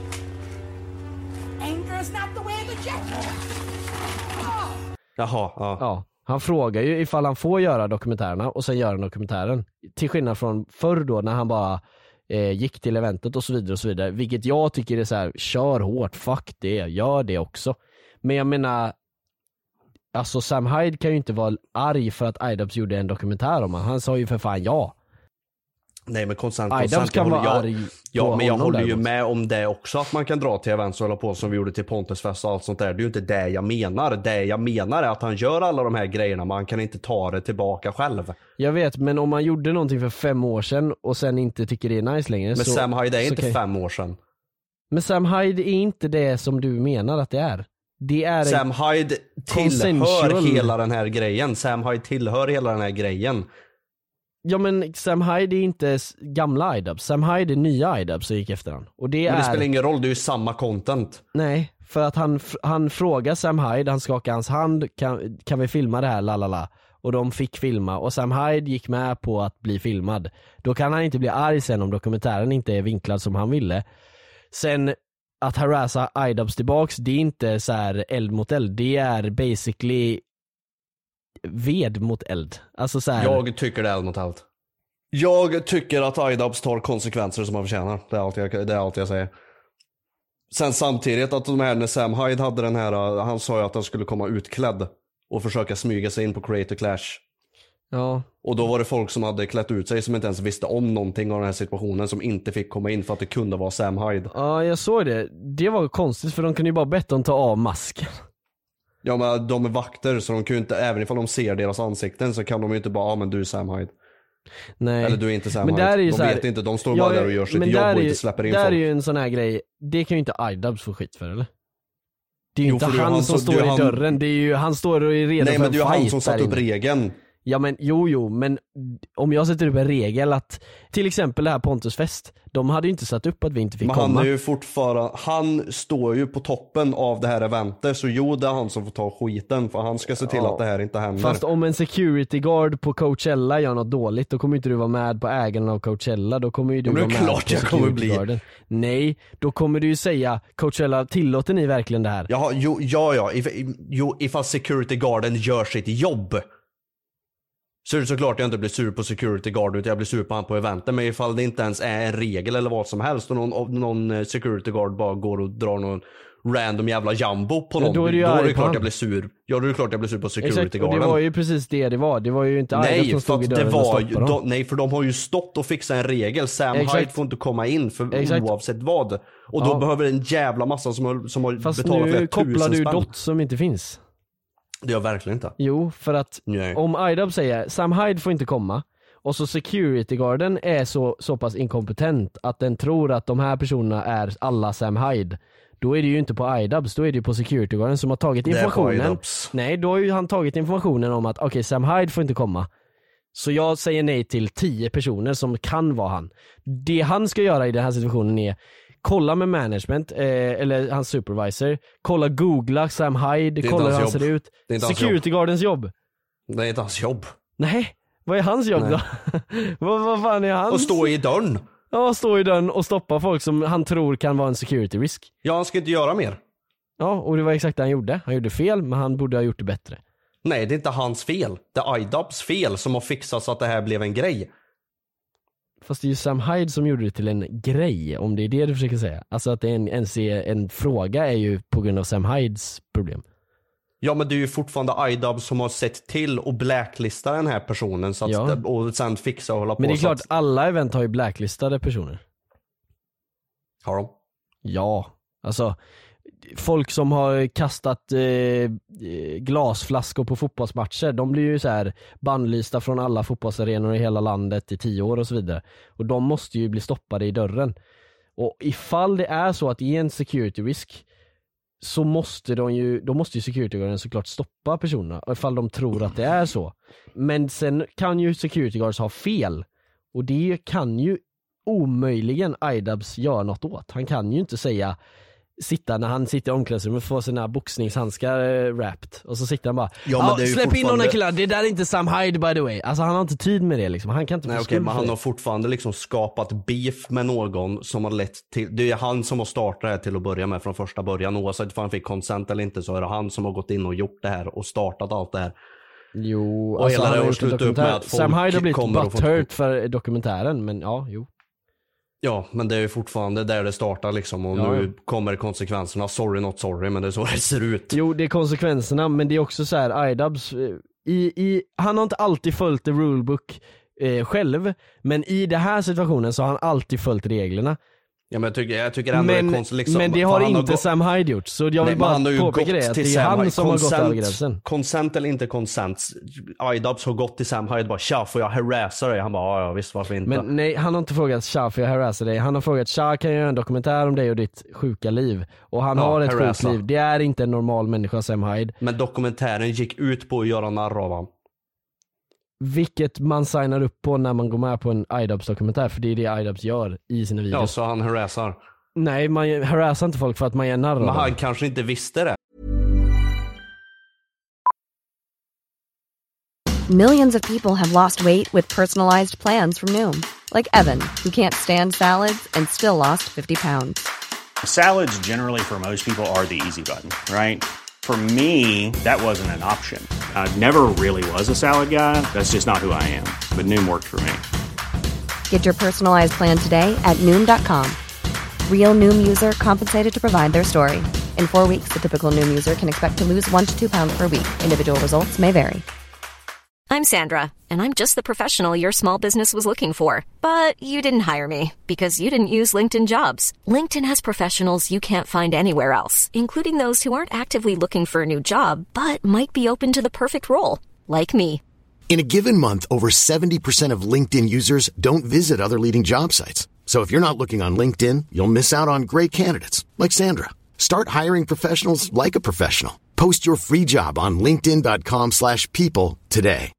Jaha, ja.
Ja, han frågar ju ifall han får göra dokumentärerna och sen göra dokumentären. Till skillnad från förr då när han bara eh, gick till eventet och så vidare och så vidare. Vilket jag tycker är så här: kör hårt, fuck det, gör det också. Men jag menar, alltså Sam Hyde kan ju inte vara arg för att iDubbbz gjorde en dokumentär om han. Han sa ju för fan ja.
Nej, men konsent,
iDubbbz
konsent.
kan
jag
vara
håller-
arg
jag,
på
Ja, men jag
honom
håller ju
däremot.
med om det också. Att man kan dra till events och hålla på som vi gjorde till Pontesfest och allt sånt där. Det är ju inte det jag menar. Det jag menar är att han gör alla de här grejerna. Man kan inte ta det tillbaka själv.
Jag vet, men om man gjorde någonting för fem år sedan och sen inte tycker det är nice längre.
Men
så,
Sam Hyde är
så
inte
kan-
fem år sedan.
Men Sam Hyde är inte det som du menar att det är. Det är
Sam
en
Hyde tillhör
consensual-
hela den här grejen. Sam Hyde tillhör hela den här grejen.
Ja, men Sam Hyde är inte s- gamla iDubbbz. Sam Hyde är nya iDubbbz som gick efter han. Och det
Men det
är...
spelar ingen roll, det är ju samma content.
Nej, för att han, f- han frågar Sam Hyde, han skakar hans hand, kan, kan vi filma det här, lalala. Och de fick filma och Sam Hyde gick med på att bli filmad. Då kan han inte bli arg sen om dokumentären inte är vinklad som han ville. Sen att harassa iDubbbz tillbaks, det är inte så här eld mot eld. Det är basically ved mot eld. Alltså så här,
Jag tycker det är något allt. Jag tycker att iDubbbz tar konsekvenser som han förtjänar. Det är allt jag, det är allt jag säger. Sen samtidigt att de här, när Sam Hyde hade den här, han sa ju att han skulle komma utklädd och försöka smyga sig in på Creator Clash.
ja.
Och då var det folk som hade klätt ut sig som inte ens visste om någonting av den här situationen, som inte fick komma in för att det kunde vara Sam Hyde.
Ja, jag såg det. Det var konstigt för de kunde ju bara bett dem ta av masken.
Ja, men de är vakter så de kan ju inte, även ifall de ser deras ansikten så kan de ju inte bara, ja ah, men du är Sam Hyde.
Nej.
Eller du är inte Sam
Men
Hyde.
där är ju
de
så här-
vet inte, de står
Ja,
bara där och gör sitt
men
jobb
där
och
är
inte
ju-
släpper in
där
folk.
är ju en sån här grej, det kan ju inte iDubbbz få skit för, eller? Det är ju
Jo,
inte
för det är
han
han
som
som-
står
det är
i
han-
dörren, det är ju, han står och är redo
Nej,
för
men
en
det är ju
fight
han som
där
satt upp
inne.
regeln.
Ja men jo jo, men om jag sätter upp en regel att, till exempel det här Pontusfest, de hade ju inte satt upp att vi inte fick
Men
komma.
han är ju fortfarande, han står ju på toppen av det här eventet, så jo, det är han som får ta skiten, för han ska se till
Ja.
att det här inte händer.
Fast om en security guard på Coachella gör något dåligt, då kommer inte du vara med på ägaren av Coachella, då kommer ju du
Men det är
vara med
klart
på
jag kommer
security
bli.
guarden. Nej, då kommer du ju säga, Coachella, tillåter ni verkligen det här?
Jaha, jo, ja ja, if, jo, ifall security guarden gör sitt jobb. så är det såklart jag inte blir sur på security guard utan jag blir sur på han på eventen. Men ifall det inte ens är en regel eller vad som helst och någon, någon security guard bara går och drar någon random jävla jumbo på någon,
ja, då är det, ju
då är det klart
han.
jag blir sur. Ja, då är det klart jag blir sur på security
Exakt,
guarden.
och det var ju precis det det var. Det var ju inte
nej,
Ida som stod i dörren
det var
och
ju,
stoppade dem.
de, nej, för de har ju stått och fixat en regel. Sam
Exakt.
Hyde får inte komma in för
Exakt.
oavsett vad. Och då
Ja.
behöver en jävla massa som har, som har
Fast
betalat flera
nu kopplar
tusen
du
spänn.
dot som inte finns.
Det gör jag verkligen inte.
Jo, för att
Nej.
om I D A B säger Sam Hyde får inte komma och så security guarden är så, så pass inkompetent att den tror att de här personerna är alla Sam Hyde, då är det ju inte på I D A Bs, då är det ju på security guarden som har tagit
Det är på
informationen.
I D A Bs.
Nej, då har ju han tagit informationen om att okej, okay, Sam Hyde får inte komma. Så jag säger nej till tio personer som kan vara han. Det han ska göra i den här situationen är kolla med management, eh, eller hans supervisor, kolla, googla Sam Hyde, kolla hur han ser ut. Security guardens jobb.
Det är inte hans jobb.
Nej, vad är hans jobb
Nej.
då? vad, vad fan är hans?
Och stå i dörren.
Ja, stå i dörren och stoppa folk som han tror kan vara en security risk.
Ja, han ska inte göra mer.
Ja, och det var exakt det han gjorde. Han gjorde fel, men han borde ha gjort det bättre.
Nej, det är inte hans fel. Det är I D A Bs fel som har fixat så att det här blev en grej.
Fast det är ju Sam Hyde som gjorde det till en grej, om det är det du försöker säga. Alltså att det är en, ens är en fråga är ju på grund av Sam Hydes problem.
Ja, men det är ju fortfarande I D A B som har sett till och blacklista den här personen så att,
Ja.
och sen fixa och hålla på.
Men det är
så
klart,
att,
alla event har ju blacklistade personer.
har de?
Ja, alltså folk som har kastat eh, glasflaskor på fotbollsmatcher, de blir ju så här bannlysta från alla fotbollsarenor i hela landet i tio år och så vidare. Och de måste ju bli stoppade i dörren. Och ifall det är så att det är en security risk, så måste de ju, då måste ju security-guarden såklart stoppa personerna ifall de tror att det är så. Men sen kan ju security guards ha fel, och det kan ju omöjligen I D A Bs göra något åt. Han kan ju inte säga, sitta när han sitter i omklädningsrummet och får sina boxningshandskar äh, wrapped och så sitter han bara
Ja, men
ah,
det är ju
släpp in
fortfarande-
någon killar, det där är inte Sam Hyde by the way. Alltså han har inte tid med det liksom. Han kan inte
Nej,
få
okej,
skuld
men
för
han
det.
har fortfarande liksom skapat beef med någon som har lett till, det är han som har startat det här till att börja med från första början. Oavsett om han fick consent eller inte så är det han som har gått in och gjort det här och startat allt det här.
Jo,
Och
alltså
hela
han
det
har
har
gjort en
slutat upp med
dokumentär.
att
Sam
folk
Hyde har blivit
kommer och får-
butthurt för dokumentären, men ja, jo.
Ja, men det är ju fortfarande där det startar liksom och
Ja,
nu kommer konsekvenserna. Sorry not sorry, men det är så det ser ut.
Jo, det är konsekvenserna, men det är också så här I D A Bs, eh, i, i, han har inte alltid följt the rulebook eh, själv, men i den här situationen så har han alltid följt reglerna.
Ja, men jag tycker, jag tycker ändå
Men,
det är konstigt liksom.
men det
för
har
han
inte
gått-
Sam Hyde gjort, så jag vill
Nej, men
bara
han har ju
påpeka
gått
det, att
till
det är
Sam
han
Hyde.
som har gått över
Consent-
gränsen.
Consent eller inte consent, I D A Bs har gått till Sam Hyde och bara tja, får jag harassa dig? Han bara ja, ja visst, varför inte?
Men nej, han har inte frågat Tja, för jag harassar dig. Han har frågat Tja, kan jag göra en dokumentär om dig och ditt sjuka liv? Och han
Ja,
har ett sjukt
harassa.
liv. Det är inte en normal människa, Sam Hyde.
Men dokumentären gick ut på att göra narr av han.
Vilket man signar upp på när man går med på en I D A Bs dokumentär, för det är det I D A Bs gör i sina videos.
Ja, så han harassar.
Nej, man harassar inte folk för att man gör narr av
Men
dem.
han kanske inte visste det.
Millions of people have lost weight with personalized plans from Noom. Like Evan, who can't stand salads and still lost fifty pounds.
Salads generally for most people are the easy button, right? For me, that wasn't an option. I never really was a salad guy. That's just not who I am. But Noom worked for me.
Get your personalized plan today at Noom dot com. Real Noom user compensated to provide their story. In four weeks, the typical Noom user can expect to lose one to two pounds per week. Individual results may vary.
I'm Sandra, and I'm just the professional your small business was looking for. But you didn't hire me because you didn't use LinkedIn Jobs. LinkedIn has professionals you can't find anywhere else, including those who aren't actively looking for a new job, but might be open to the perfect role, like me.
In a given month, over seventy percent of LinkedIn users don't visit other leading job sites. So if you're not looking on LinkedIn, you'll miss out on great candidates like Sandra. Start hiring professionals like a professional. Post your free job on linkedin dot com slash people today.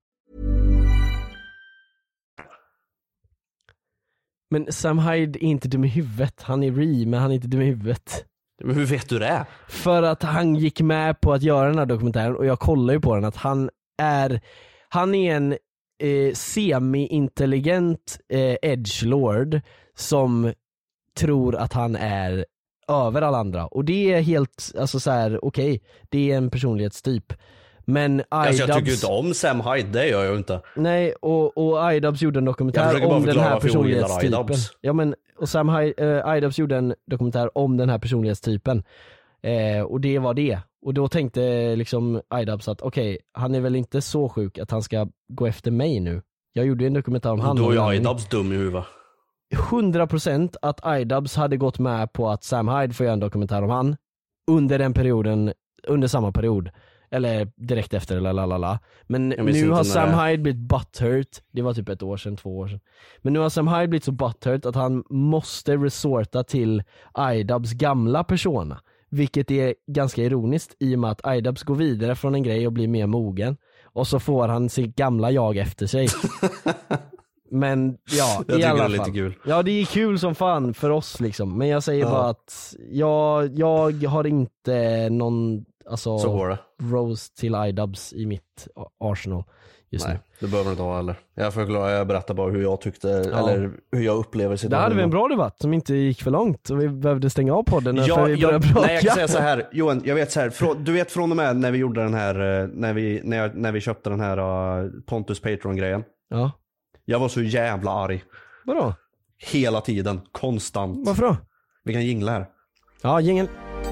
Men Sam Hyde är inte dum i huvudet. Han är re, men han är inte dum i huvudet.
Men hur vet du det?
För att han gick med på att göra den här dokumentären, och jag kollar ju på den, att han är han är en eh, semi-intelligent eh, edgelord som tror att han är över alla andra. Och det är helt, alltså så här, okej, okay, det är en personlighetstyp. Men
alltså, jag tycker
iDubbbz...
inte om Sam Hyde, det gör jag ju inte.
Nej, och, och iDubbbz gjorde en dokumentär om den här personlighetstypen. Ja, men, och Sam Hyde, uh, iDubbbz gjorde en dokumentär om den här personlighetstypen. Eh, och det var det. Och då tänkte liksom iDubbbz att okej, okay, han är väl inte så sjuk att han ska gå efter mig nu. Jag gjorde en dokumentär om han.
Då är ju iDubbbz dum i huvudet.
hundra procent att iDubbbz hade gått med på att Sam Hyde får göra en dokumentär om han under den perioden, under samma period. Eller direkt efter, eller lalala. Men nu har Sam det... Hyde blivit butthurt. Det var typ ett år sedan, två år sedan. Men nu har Sam Hyde blivit så butthurt att han måste resorta till iDubbbz gamla persona. Vilket är ganska ironiskt i och med att iDubbbz går vidare från en grej och blir mer mogen. Och så får han sitt gamla jag efter sig. Men ja,
jag
i alla
det är
fall.
lite kul.
Ja, det är kul som fan för oss liksom. Men jag säger
ja.
bara att jag, jag har inte någon alltså, rose till iDubbbz i mitt arsenal just
Nej,
nu.
det behöver inte ha heller. Jag förklarar, jag berättar bara hur jag tyckte, ja. eller hur jag upplever situationen.
Det hade vi en bra debatt som inte gick för långt och vi behövde stänga av podden
ja,
för vi började
jag,
bråka.
Nej, jag kan säga så här, Johan, jag vet så här, från, du vet från och med när vi gjorde den här, när vi, när, jag, när vi köpte den här uh, Pontus Patreon-grejen.
Ja.
Jag var så jävla arg.
Vadå?
Hela tiden, konstant.
Varför då?
Vi kan jingla här.
Ja, jingel.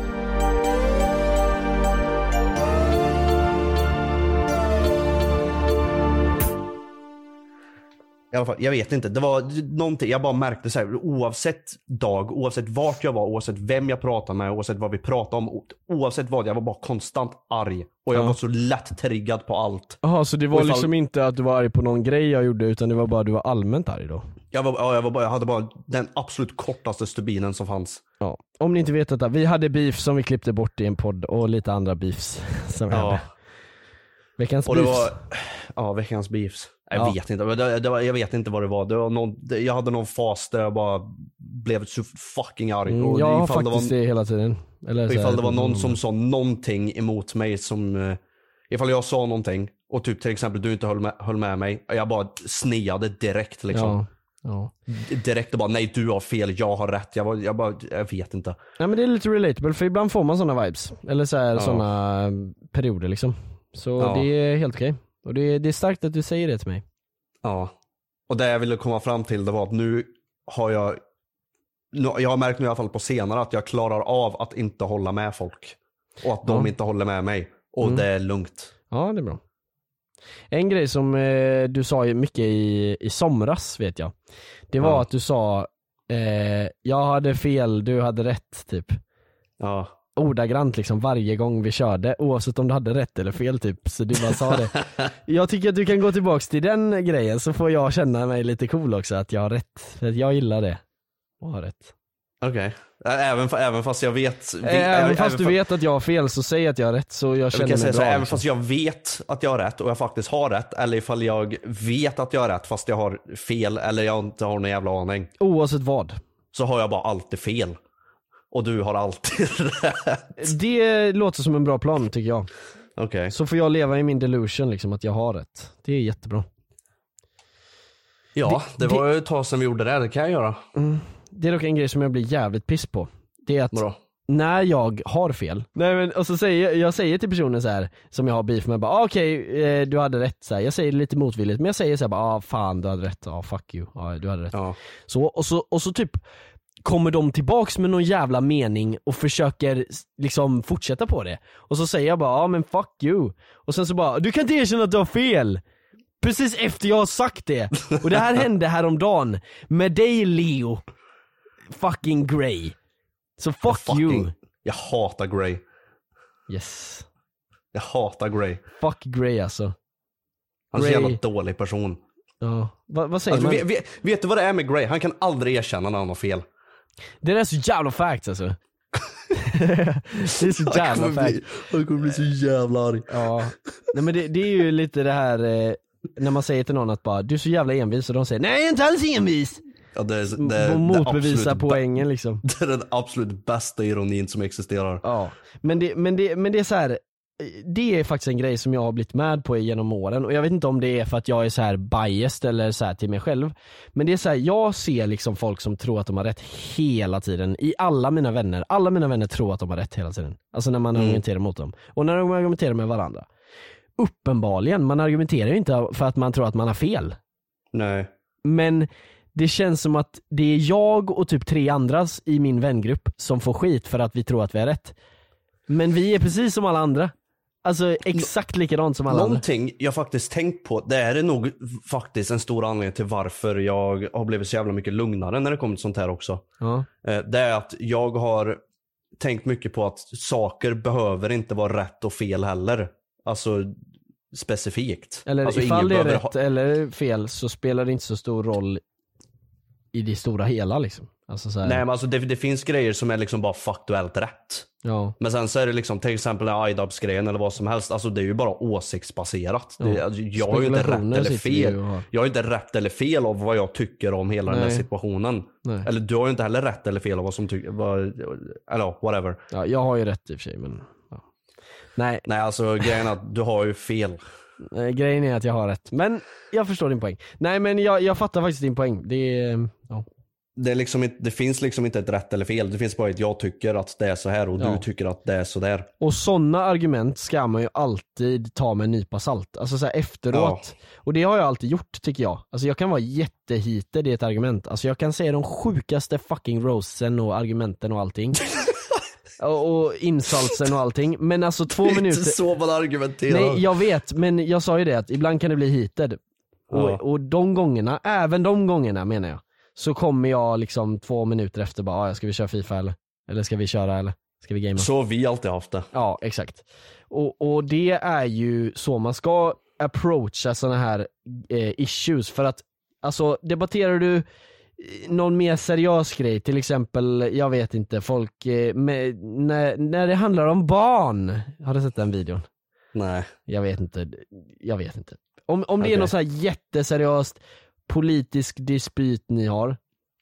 I alla fall, jag vet inte, det var någonting, jag bara märkte så här, oavsett dag, oavsett vart jag var, oavsett vem jag pratade med, oavsett vad vi pratade om, oavsett vad, jag var bara konstant arg. Och jag ja. var så lätt triggad på allt.
Jaha, så det var
ifall...
liksom inte att du var arg på någon grej jag gjorde, utan det var bara att du var allmänt arg då?
Jag, var, ja, jag, var bara, jag hade bara den absolut kortaste stubinen som fanns.
Ja. Om ni inte vet detta, vi hade beef som vi klippte bort i en podd och lite andra beefs som vi ja. hade. Veckans
och det
beefs.
Var, ja, veckans beefs. Jag
ja.
vet inte, det, det var, jag vet inte vad det var. Det var någon, det, jag hade någon fas där jag bara blev så fucking arg.
Mm,
och
jag har faktiskt
det, var,
det hela tiden. Eller så
ifall
här,
det var någon
mm.
som sa någonting emot mig som, ifall jag sa någonting och typ till exempel du inte höll med, höll med mig, jag bara sneade direkt liksom.
Ja. Ja.
Direkt och bara nej du har fel, jag har rätt. Jag, bara, jag, bara, jag vet inte.
Nej, men det är lite relatable för ibland får man såna vibes. Eller så här,
ja.
såna perioder liksom. Så ja. det är helt okej. Och det är, det är starkt att du säger det till mig.
Ja. Och det jag ville komma fram till det var att nu har jag nu, jag har märkt nu i alla fall på senare att jag klarar av att inte hålla med folk. Och att de
ja.
inte håller med mig. Och
mm.
det är lugnt.
Ja, det är bra. En grej som eh, du sa mycket i, i somras vet jag. Det var
ja.
att du sa eh, jag hade fel, du hade rätt typ.
Ja.
Ordagrant liksom varje gång vi körde, oavsett om du hade rätt eller fel typ. Så du bara sa det. Jag tycker att du kan gå tillbaks till den grejen så får jag känna mig lite cool också att jag har rätt. För att jag gillar det. Och har rätt.
Okej. Okay. Även, även fast jag vet
Även, även fast du vet att jag har fel så säg att jag har rätt så jag känner jag mig bra.
Så, även
liksom.
fast jag vet att jag har rätt och jag faktiskt har rätt, eller ifall jag vet att jag har rätt fast jag har fel eller jag inte har någon jävla aning.
Oavsett vad.
Så har jag bara alltid fel. Och du har alltid rätt.
Det låter som en bra plan tycker jag.
Okej. Okay.
Så får jag leva i min delusion liksom att jag har rätt. Det är jättebra.
Ja, det, det var ju ett tag sedan vi gjorde det, det kan jag göra.
Mm. Det är dock en grej som jag blir jävligt piss på. Det är att
Bra.
när jag har fel. Nej men och så säger jag, jag säger till personen så här som jag har beef med bara ah, okej okay, eh, du hade rätt så här. Jag säger det lite motvilligt men jag säger så här bara ah fan du hade rätt. Ah fuck you. Ah, du hade rätt.
Ja.
Så och så och så typ kommer de tillbaks med någon jävla mening och försöker liksom fortsätta på det. Och så säger jag bara ja ah, men fuck you. Och sen så bara du kan inte erkänna att du har fel. Precis efter jag har sagt det. Och det här hände häromdagen med dig Leo fucking Grey. Så fuck fucking, you.
Jag hatar Grey.
Yes.
Jag hatar Grey.
Fuck Grey alltså.
Han är en jävla dålig person.
Ja, Va, vad säger
alltså,
man?
Vet, vet, vet du vad det är med Grey? Han kan aldrig erkänna när han har fel.
Det är så jävla facts alltså. Det är så jävla facts.
Han kommer bli så jävla arg.
Ja. Nej men det, det är ju lite det här eh, när man säger till någon att bara du är så jävla envis och de säger nej jag är inte alls envis.
Ja, det är, det är,
och motbevisa
det
poängen liksom.
Det är den absolut bästa ironin som existerar.
Ja, men det, men det, men det är så här. Det är faktiskt en grej som jag har blivit med på genom åren. Och jag vet inte om det är för att jag är så här biased eller så här till mig själv. Men det är så här, jag ser liksom folk som tror att de har rätt hela tiden. I alla mina vänner. Alla mina vänner tror att de har rätt hela tiden. Alltså när man mm. argumenterar mot dem. Och när de argumenterar med varandra. uppenbarligen, man argumenterar ju inte för att man tror att man har fel.
Nej.
Men det känns som att det är jag och typ tre andras i min vängrupp som får skit för att vi tror att vi har rätt. Men vi är precis som alla andra. Alltså exakt likadant som alla
Någonting
andra.
jag faktiskt tänkt på, det är nog faktiskt en stor anledning till varför jag har blivit så jävla mycket lugnare när det kommer till sånt här också.
Ja.
Det är att jag har tänkt mycket på att saker behöver inte vara rätt och fel heller. Alltså specifikt.
Eller
alltså,
ifall det är rätt
ha...
eller fel så spelar det inte så stor roll i det stora hela liksom. Alltså så här...
Nej men alltså det, det finns grejer som är liksom bara faktuellt rätt.
Ja.
Men sen så är det liksom till exempel den I D A B S-grejen eller vad som helst. Alltså det är ju bara åsiktsbaserat.
Ja.
Det, alltså, jag har ju inte rätt eller fel. Jag har ju inte rätt eller fel av vad jag tycker om hela
Nej.
den här situationen.
Nej.
Eller du har ju inte heller rätt eller fel av vad som tycker, vad, eller whatever.
Ja, jag har ju rätt i och för sig men ja. Nej.
Nej alltså grejen är att du har ju fel.
Nej, grejen är att jag har rätt. Men jag förstår din poäng. Nej men jag, jag fattar faktiskt din poäng. Det är, ja.
Det, är liksom, det finns liksom inte ett rätt eller fel. Det finns bara att jag tycker att det är så här och
Ja.
du tycker att det är så där.
Och sådana argument ska man ju alltid ta med en nypa salt. Alltså så här efteråt.
Ja.
Och det har jag alltid gjort tycker jag. Alltså jag kan vara jättehited i ett argument. Alltså jag kan säga de sjukaste fucking roasten och argumenten och allting. och, och insultsen och allting. Men alltså två minuter.
Inte så man argumenterar.
Nej jag vet, men jag sa ju det att ibland kan det bli heated.
Ja.
Och, och de gångerna, även de gångerna menar jag, så kommer jag liksom två minuter efter bara, ah, ska vi köra FIFA eller? Eller ska vi köra eller? Ska vi gamea?
Så har vi alltid haft det.
Ja, exakt. Och, och det är ju så man ska approacha såna här eh, issues. För att, alltså debatterar du någon mer seriös grej, till exempel, jag vet inte, folk eh, med, när, när det handlar om barn. Har du sett den videon?
Nej.
Jag vet inte, jag vet inte. Om, om det
Okay.
är något så här jätteseriöst politisk dispyt ni har,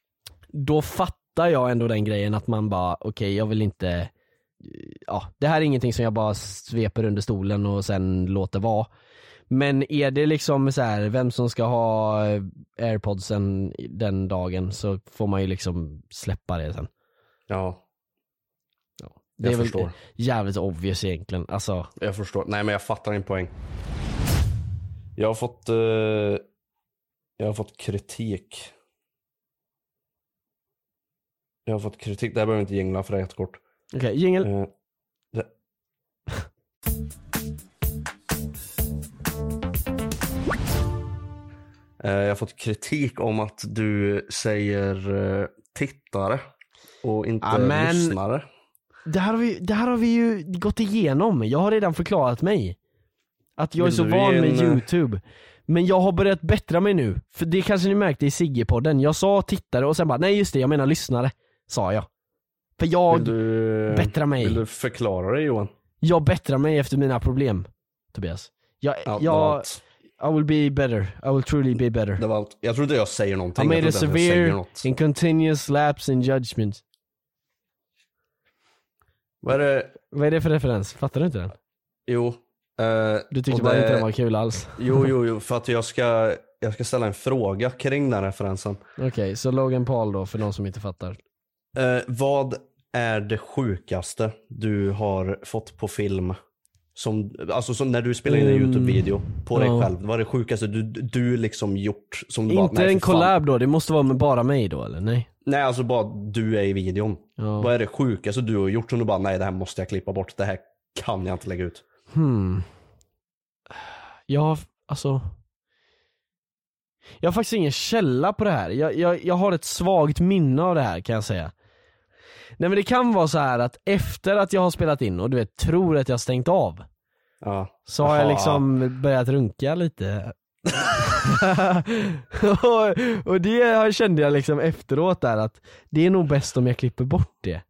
då fattar jag ändå den grejen att man bara, okej okay, jag vill inte, ja, det här är ingenting som jag bara sveper under stolen och sen låter vara. Men är det liksom så här, vem som ska ha AirPodsen den dagen, så får man ju liksom släppa det sen.
Ja.
Ja. Det är
Jag
väl
förstår.
jävligt obvious egentligen. Alltså.
Jag förstår. Nej men jag fattar din poäng. Jag har fått uh, jag har fått kritik. Jag har fått kritik. Det här behöver inte jingla för det är jättekort.
Okej, okay, jingel.
Uh, det... uh, jag har fått kritik om att du säger uh, tittare och inte
Amen.
lyssnare.
Det här, har vi, det här har vi ju gått igenom. Jag har redan förklarat mig att jag
Vill
är så
du
van
en...
med YouTube. Men jag har börjat bättra mig nu. För det kanske ni märkte i Sigge-podden. Jag sa tittare och sen bara, nej just det, jag menar lyssnare, sa jag. För jag
vill du,
bättrar mig.
Vill du förklara dig Johan?
Jag bättrar mig efter mina problem, Tobias. Jag,
Ja,
jag I will be better. I will truly be better.
Det var allt. Jag trodde jag säger någonting.
I made a
jag trodde jag säger
severe
något.
and continuous lapse in judgment.
Vad är det?
Vad är det för referens? Fattar du inte den?
Jo. Uh,
du tyckte bara
det...
inte den var kul alls.
Jo, jo, jo. För att jag ska, jag ska ställa en fråga kring den referensen.
Okej, okay, så Logan Paul då, för någon som inte fattar.
Uh, vad är det sjukaste du har fått på film? Som, alltså som när du spelar in en mm. YouTube-video på dig
ja.
själv. Vad är det sjukaste du, du liksom gjort? Som
inte
bara, nej,
en collab då, det måste vara med bara mig då, eller nej?
Nej, alltså bara du är i videon.
Ja.
Vad är det sjukaste du har gjort som du bara, nej det här måste jag klippa bort. Det här kan jag inte lägga ut.
Hmm. Jag, alltså... Jag har faktiskt ingen källa på det här. Jag, jag, jag har ett svagt minne av det här, kan jag säga. Nej men det kan vara så här att efter att jag har spelat in och du vet, tror att jag har stängt av,
ja.
så har
Aha.
jag liksom börjat runka lite. och, och det kände jag liksom efteråt där att det är nog bäst om jag klipper bort det.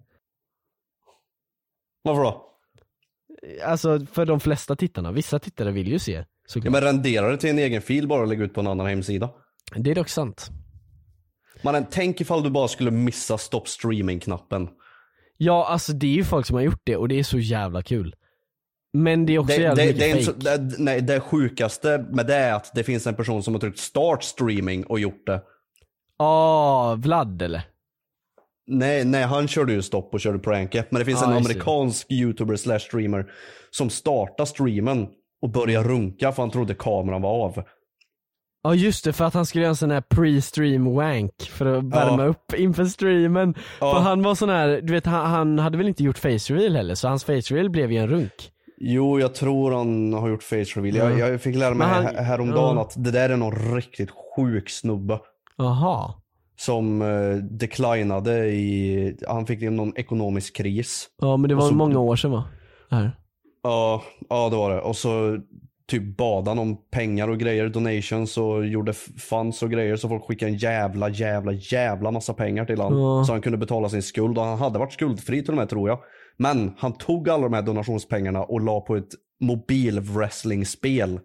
Varför då?
Alltså för de flesta tittarna. Vissa tittare vill ju se.
Ja, men renderar det till en egen fil bara och lägga ut på en annan hemsida?
Det är dock sant.
Man, tänk ifall du bara skulle missa stop streaming-knappen.
Ja, alltså det är ju folk som har gjort det och det är så jävla kul. Men det är också
det,
jävla
det,
mycket
det, är
fake.
så, det, nej, det sjukaste med det är att det finns en person som har tryckt start streaming och gjort det.
Ja, ah, Vlad eller?
Nej, nej, han körde ju stopp och körde pranket. Men det finns
ah,
en amerikansk YouTuber slash streamer som startar streamen och började runka för han trodde kameran var av.
Ja just det, för att han skulle göra en sån här pre-stream wank för att värma
Ja.
upp inför streamen.
Ja.
För han var sån här, du vet han, han hade väl inte gjort face reveal heller, så hans face reveal blev ju en runk.
Jo, jag tror han har gjort face reveal. Jag,
Ja.
jag fick lära mig
Men han-
här- häromdagen
ja.
att det där är någon riktigt sjuk snubbe.
Jaha.
Som eh, declinade i, han fick någon ekonomisk kris.
Ja men det var
Och så-
många år sedan va? Här.
Ja, ja det var det. Och så typ bad han om pengar och grejer, donations och gjorde funds och grejer, så folk skickade en jävla, jävla, jävla massa pengar till han.
Ja.
Så han kunde betala sin skuld, och han hade varit skuldfri till och med tror jag. Men han tog alla de här donationspengarna och la på ett mobilwrestlingspel.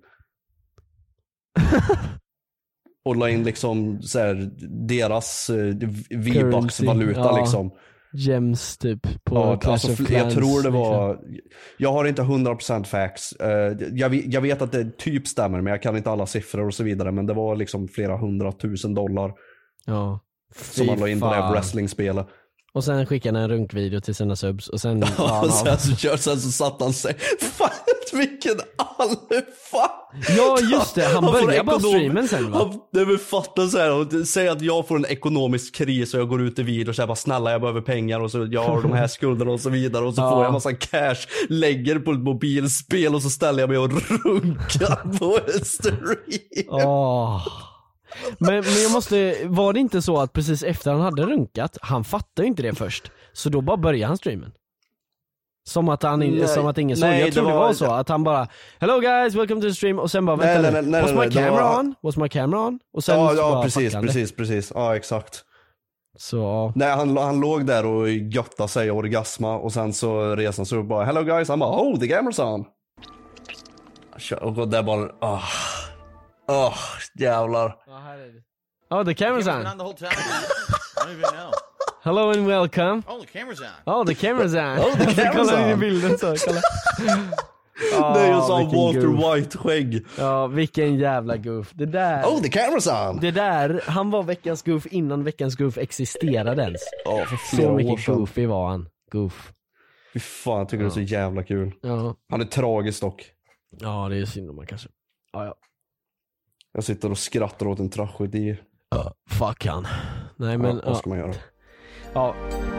Och la in liksom så här, deras eh, V-bucks-valuta
Ja.
liksom.
Gems typ på
Ja,
Clash
alltså,
of
jag
Clans,
tror det
liksom.
var, jag har inte hundra procent facts. Eh, jag, vet- jag vet att det typ stämmer, men jag kan inte alla siffror och så vidare. Men det var liksom flera hundratusen dollar
Ja.
som
Fy
man la in på det här
fan.
wrestlingspelet.
Och sen skickade han en runkvideo till sina subs och sen
Ja, och sen så, kör, sen så satt han sig. Fan vilken alfa!
Ja just det, han
får
började bara
ekonom-
streamen sen va?
Han, nej men fatta så här, och säg att jag får en ekonomisk kris och jag går ut i video och säger bara snälla jag behöver pengar och så jag har de här skulderna och så vidare, och så
Ja.
får jag en massa cash, lägger på ett mobilspel och så ställer jag mig och runkar på en stream.
Åh. Men, men jag måste, var det inte så att precis efter han hade runkat, han fattade ju inte det först, så då bara började han streamen? Som att han
Nej.
som att ingen såg.
Nej,
Jag tror
det
det
var-
var så att han bara hello guys, welcome to the stream, och sen bara
Nej,
vänta
nej,
nu,
nej, nej,
was my
nej, det
camera
var-
on? Was my camera on? Och sen
Ja,
så
ja
bara
precis,
fuckade han det.
precis, precis. Ja exakt.
Så ja.
Nej, han, han låg där och göttade sig och orgasma, och sen så resan han sig upp och bara hello guys, han bara oh the camera's on. Och där bara åh, åh jävlar.
Oh, the camera's on.
on the whole time. I don't even know.
Hello and welcome.
Oh, the camera's on.
Oh, the camera's on.
Oh, the camera's
Kolla in i
on.
bilden så, kolla.
Nej, jag sa
vilken
Walter
goof.
White-skägg.
Ja, vilken jävla goof. Det där.
Oh, the camera's on.
Det där, han var veckans goof innan veckans goof existerade ens.
Ja, för flera
Så
år
mycket
sedan.
goofy var han. Goof.
Fy fan, jag tycker det är så jävla kul.
Ja.
Han är tragisk dock.
Ja, det är synd om man kanske. Ja, ja.
Jag sitter och skrattar åt en tragedi.
Uh, fuck han. Nej men,
ja, vad ska man göra?
Ja.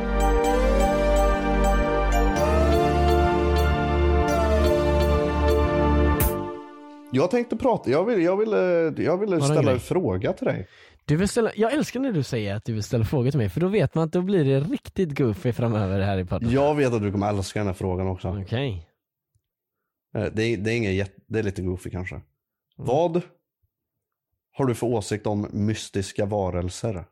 Jag tänkte prata, jag ville, jag ville, jag ville
Var det en
ställa
grej?
en fråga till dig.
Du vill ställa, jag älskar när du säger att du vill ställa frågor till mig, för då vet man att då blir det riktigt goofy framöver här i podden.
Jag vet att du kommer älska den här frågan också.
Okej.
Okay. Det, är, det är inget jätte, det är lite goofy kanske. Mm. Vad har du för åsikt om mystiska varelser?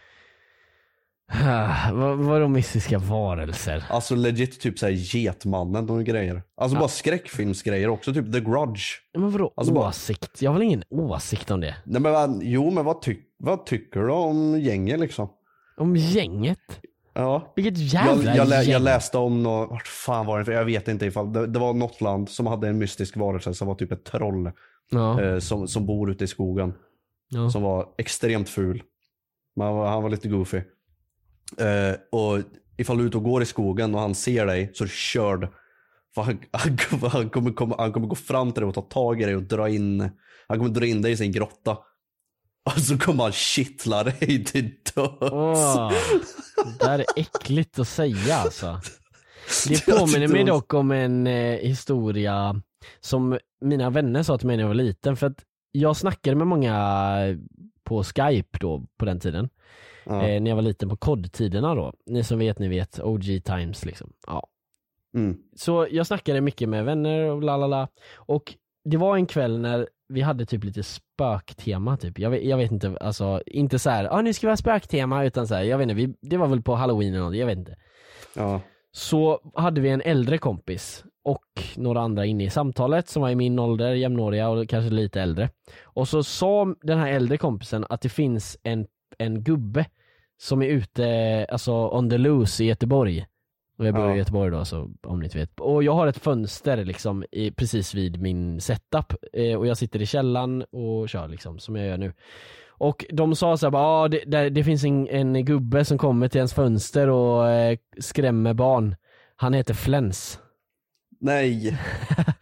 Vad var de mystiska varelser?
Alltså legit typ såhär Getmannen och grejer. Alltså
Ja.
bara skräckfilmsgrejer också, typ The Grudge.
Men vadå
Alltså bara-
åsikt? Jag har väl ingen åsikt om det?
Nej men vad- jo men vad, tyck, vad tycker du om gänget liksom?
Om gänget?
Ja.
Vilket jävla
jag, jag, lä,
gäng.
jag läste om något, vart fan var det? För jag vet inte ifall, det, det var något land som hade en mystisk varelse som var typ ett troll.
Ja.
Eh, som, som bor ute i skogen.
Ja.
Som var extremt ful. Men han var, han var lite goofy. Eh, och ifall du är ute och går i skogen och han ser dig så är du körd. För han, han, kommer- han, kommer, komma- han kommer gå fram till dig och ta tag i dig och dra in. Han kommer dra in dig i sin grotta. Och så kommer han kittla dig till döds.
Åh, det där är äckligt att säga alltså. Det
Jag
påminner
tyckte
mig
det var-
dock om en eh, historia som mina vänner sa till mig när jag var liten. För att jag snackade med många på Skype då på den tiden.
Ja.
Eh, när jag var liten på kodtiderna då. Ni som vet, ni vet. O G times liksom. Ja.
Mm.
Så jag snackade mycket med vänner och lalala. Och det var en kväll när vi hade typ lite spöktema typ. Jag vet, jag vet inte, alltså inte så här, ja ah, nu ska vi ha spöktema, utan så här, jag vet inte, vi, det var väl på Halloween eller något, jag vet inte.
Ja.
Så hade vi en äldre kompis och några andra inne i samtalet som var i min ålder, jämnåriga och kanske lite äldre. Och så sa den här äldre kompisen att det finns en, en gubbe som är ute, alltså on the loose i Göteborg. Och jag bor
Ja.
i Göteborg då, så om ni inte vet. Och jag har ett fönster liksom i, precis vid min setup. Eh, och jag sitter i källan och kör liksom, som jag gör nu. Och de sa så här, ja ah, det, det, det finns en, en gubbe som kommer till ens fönster och eh, skrämmer barn. Han heter Flens.
Nej.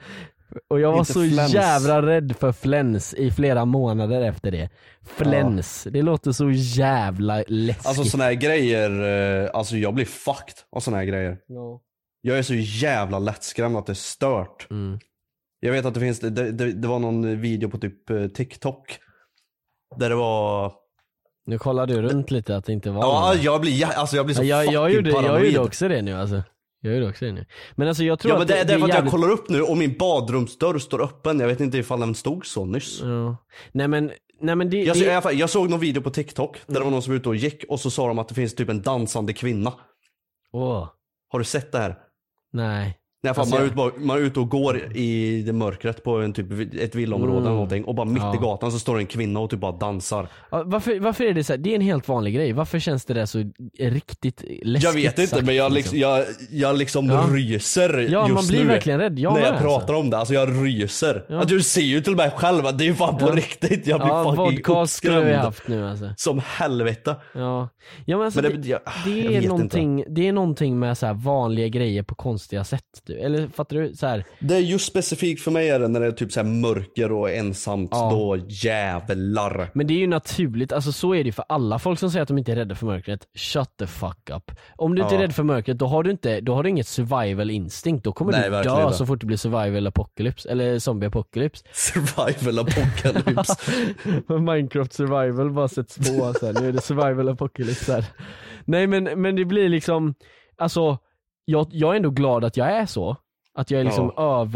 Och jag var
Inte
så
fläns.
jävla rädd för fläns i flera månader efter det. Fläns, ja. Det låter så jävla läskigt.
Alltså såna här grejer, eh, alltså jag blir fucked av såna här grejer.
Ja.
Jag är så jävla lättskrämd att det är stört.
Mm.
Jag vet att det finns, det, det, det var någon video på typ eh, TikTok. Där det var...
Nu kollar du runt lite att det inte var
Ja,
någon.
jag blir, alltså jag blir så
ja, jag,
fucking
jag gjorde,
paranoid.
jag gjorde också det nu alltså. Jag gjorde också det nu. Men alltså jag tror
ja, men
att
det,
det,
det är för att
jävligt...
jag kollar upp nu och min badrumsdörr står öppen. Jag vet inte ifall den stod så nyss.
Ja. Nej men, nej men det...
Jag,
det...
jag, jag såg någon video på TikTok där
mm.
det var någon som var ute och gick och så sa de att det finns typ en dansande kvinna.
Åh.
Har du sett det här?
Nej.
Nej, för
alltså,
man, är ute, bara- man är ute och går i det mörkret på en typ, ett villområde
Mm.
eller någonting. Och bara mitt
Ja.
i gatan så står det en kvinna och typ bara dansar.
Ja, varför, varför är det så här? Det är en helt vanlig grej. Varför känns det där så riktigt läskigt?
Jag vet inte
sagt,
men jag,
liksom?
liksom, jag, jag liksom
Ja.
ryser
Ja,
just
man blir
nu
verkligen rädd. Jag
när jag
med,
pratar
alltså.
om det. Alltså jag ryser.
Ja.
Alltså, du ser ju till mig själv att det är ju fan på
Ja.
riktigt. Jag blir
Ja,
fucking
vodcast skulle vi
uppskrämd.
haft nu alltså.
Som helvete.
Ja, ja men, alltså,
Men
det,
det-
det,
jag- jag
är
vet
någonting, det är någonting med så här vanliga grejer på konstiga sätt. Du. Eller fattar du? Så här,
Det är just specifikt för mig är det när det är typ så här mörker och ensamt.
Ja.
Då jävlar.
men det är ju naturligt, alltså så är det ju för alla. Folk som säger att de inte är rädda för mörkret, shut the fuck up. Om du inte
Ja.
är rädd för mörkret, då har du inte, då har du inget survival instinct. Då kommer
Nej,
du
verkligen
dö
inte.
så fort det blir survival apocalypse, eller zombie apocalypse.
Survival apocalypse.
Minecraft survival bara sätts på så här. Nu är det survival apocalypse här. Nej men, men det blir liksom, alltså jag, jag är ändå glad att jag är så. Att jag är liksom